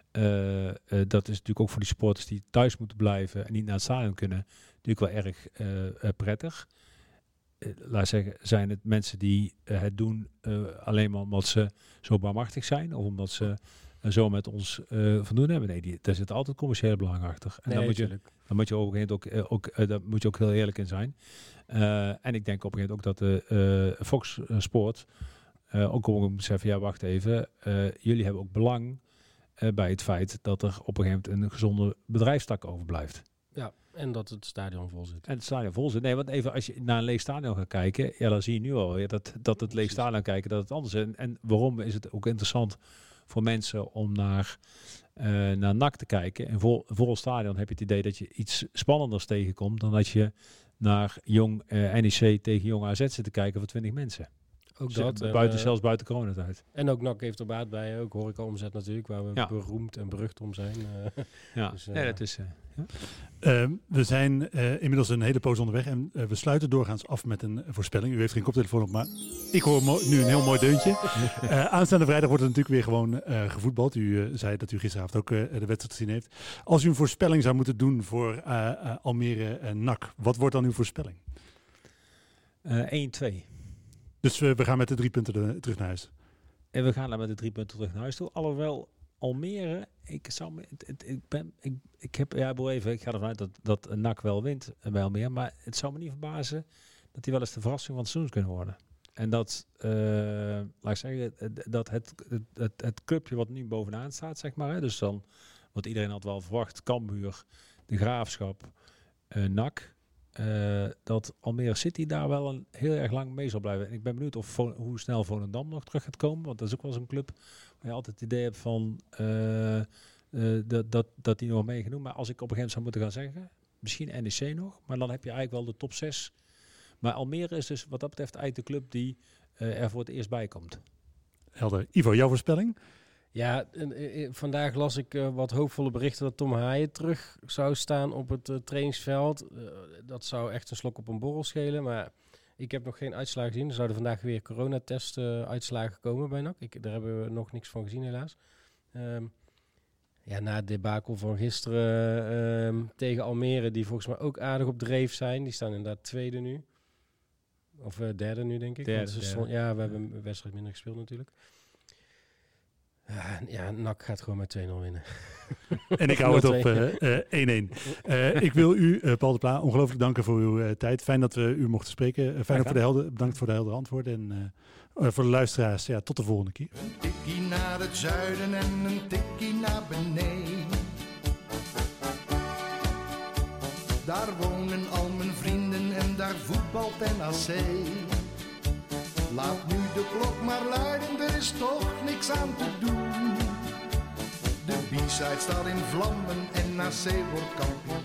[SPEAKER 4] Uh, uh, dat is natuurlijk ook voor die supporters die thuis moeten blijven en niet naar het stadion kunnen, natuurlijk wel erg uh, uh, prettig. Uh, laat zeggen, zijn het mensen die uh, het doen uh, alleen maar omdat ze zo barmhartig zijn of omdat ze uh, zo met ons uh, van doen hebben? Nee, die, daar zit altijd commerciële belang achter. En nee, dan, moet je, dan moet je op een gegeven moment ook, uh, ook, uh, daar moet je ook heel eerlijk in zijn. Uh, en ik denk op een gegeven moment ook dat de uh, Fox uh, Sport uh, ook moet beseffen, ja wacht even, uh, jullie hebben ook belang Uh, bij het feit dat er op een gegeven moment een gezonde bedrijfstak overblijft.
[SPEAKER 5] Ja, en dat het stadion vol zit.
[SPEAKER 4] En het stadion vol zit. Nee, want even als je naar een leeg stadion gaat kijken, ja, dan zie je nu al weer dat, dat het leeg stadion kijken, dat het anders is. En, en waarom is het ook interessant voor mensen om naar, uh, naar N A C te kijken? En vol, vol stadion heb je het idee dat je iets spannenders tegenkomt dan dat je naar jong uh, N E C tegen jong A Z zit te kijken voor twintig mensen.
[SPEAKER 5] ook
[SPEAKER 4] Z-
[SPEAKER 5] dat.
[SPEAKER 4] Buiten,
[SPEAKER 5] en, uh,
[SPEAKER 4] zelfs buiten coronatijd.
[SPEAKER 5] En ook N A C heeft er baat bij. Ook horeca omzet natuurlijk, waar we
[SPEAKER 4] Ja.
[SPEAKER 5] beroemd en berucht om zijn. Uh,
[SPEAKER 4] Ja,
[SPEAKER 5] dus, uh,
[SPEAKER 4] nee, dat is... Uh, ja.
[SPEAKER 3] Uh, we zijn uh, inmiddels een hele poos onderweg en uh, we sluiten doorgaans af met een voorspelling. U heeft geen koptelefoon op, maar ik hoor mo- nu een heel mooi deuntje. Uh, aanstaande vrijdag wordt er natuurlijk weer gewoon uh, gevoetbald. U uh, zei dat u gisteravond ook uh, de wedstrijd gezien heeft. Als u een voorspelling zou moeten doen voor uh, uh, Almere en N A C, wat wordt dan uw voorspelling?
[SPEAKER 4] Uh, één twee.
[SPEAKER 3] Dus uh, we gaan met de drie punten de, terug naar huis.
[SPEAKER 4] En we gaan dan met de drie punten terug naar huis toe. Alhoewel Almere, ik zou me, het, het, ik ben, ik, ik heb, ja, boel even, ik ga ervan uit dat, dat N A C wel wint bij Almere, maar het zou me niet verbazen dat die wel eens de verrassing van het seizoen kunnen worden. En dat, uh, laat ik zeggen, dat het, het, het, het clubje wat nu bovenaan staat, zeg maar, hè, dus dan, wat iedereen had wel verwacht, Cambuur, de Graafschap, uh, N A C, uh, dat Almere City daar wel een heel erg lang mee zal blijven. En ik ben benieuwd of Vo- hoe snel Volendam nog terug gaat komen, want dat is ook wel zo'n club waar je altijd het idee hebt van uh, uh, dat, dat, dat die nog mee genoemd. Maar als ik op een gegeven moment zou moeten gaan zeggen, misschien N E C nog, maar dan heb je eigenlijk wel de top zes. Maar Almere is dus wat dat betreft eigenlijk de club die uh, er voor het eerst bij komt.
[SPEAKER 3] Helder. Ivo, jouw voorspelling?
[SPEAKER 5] Ja, en, uh, vandaag las ik uh, wat hoopvolle berichten dat Tom Haaien terug zou staan op het uh, trainingsveld. Uh, dat zou echt een slok op een borrel schelen, maar ik heb nog geen uitslagen gezien. Er zouden vandaag weer coronatest uh, uitslagen komen bij N A C. Ik, daar hebben we nog niks van gezien helaas. Um, ja, na het debakel van gisteren uh, tegen Almere, die volgens mij ook aardig op dreef zijn. Die staan inderdaad tweede nu. Of uh, derde nu, denk ik.
[SPEAKER 4] Derde,
[SPEAKER 5] Want ze
[SPEAKER 4] derde.
[SPEAKER 5] stond, ja, we hebben een wedstrijd minder gespeeld natuurlijk. Ja, ja, N A C gaat gewoon met twee nul winnen.
[SPEAKER 3] En ik hou het op uh, uh, één-één. Uh, ik wil u, uh, Paul de Pla, ongelooflijk danken voor uw uh, tijd. Fijn dat we u mochten spreken. Uh, fijn ook voor de helder, bedankt voor de heldere antwoorden. En uh, uh, voor de luisteraars, ja, tot de volgende keer.
[SPEAKER 2] Een tikkie naar het zuiden en een tikkie naar beneden. Daar wonen al mijn vrienden en daar voetbalt N A C. Laat nu de klok maar luiden, er is toch niks aan te doen. De B-side staat in vlammen en N A C wordt kampioen.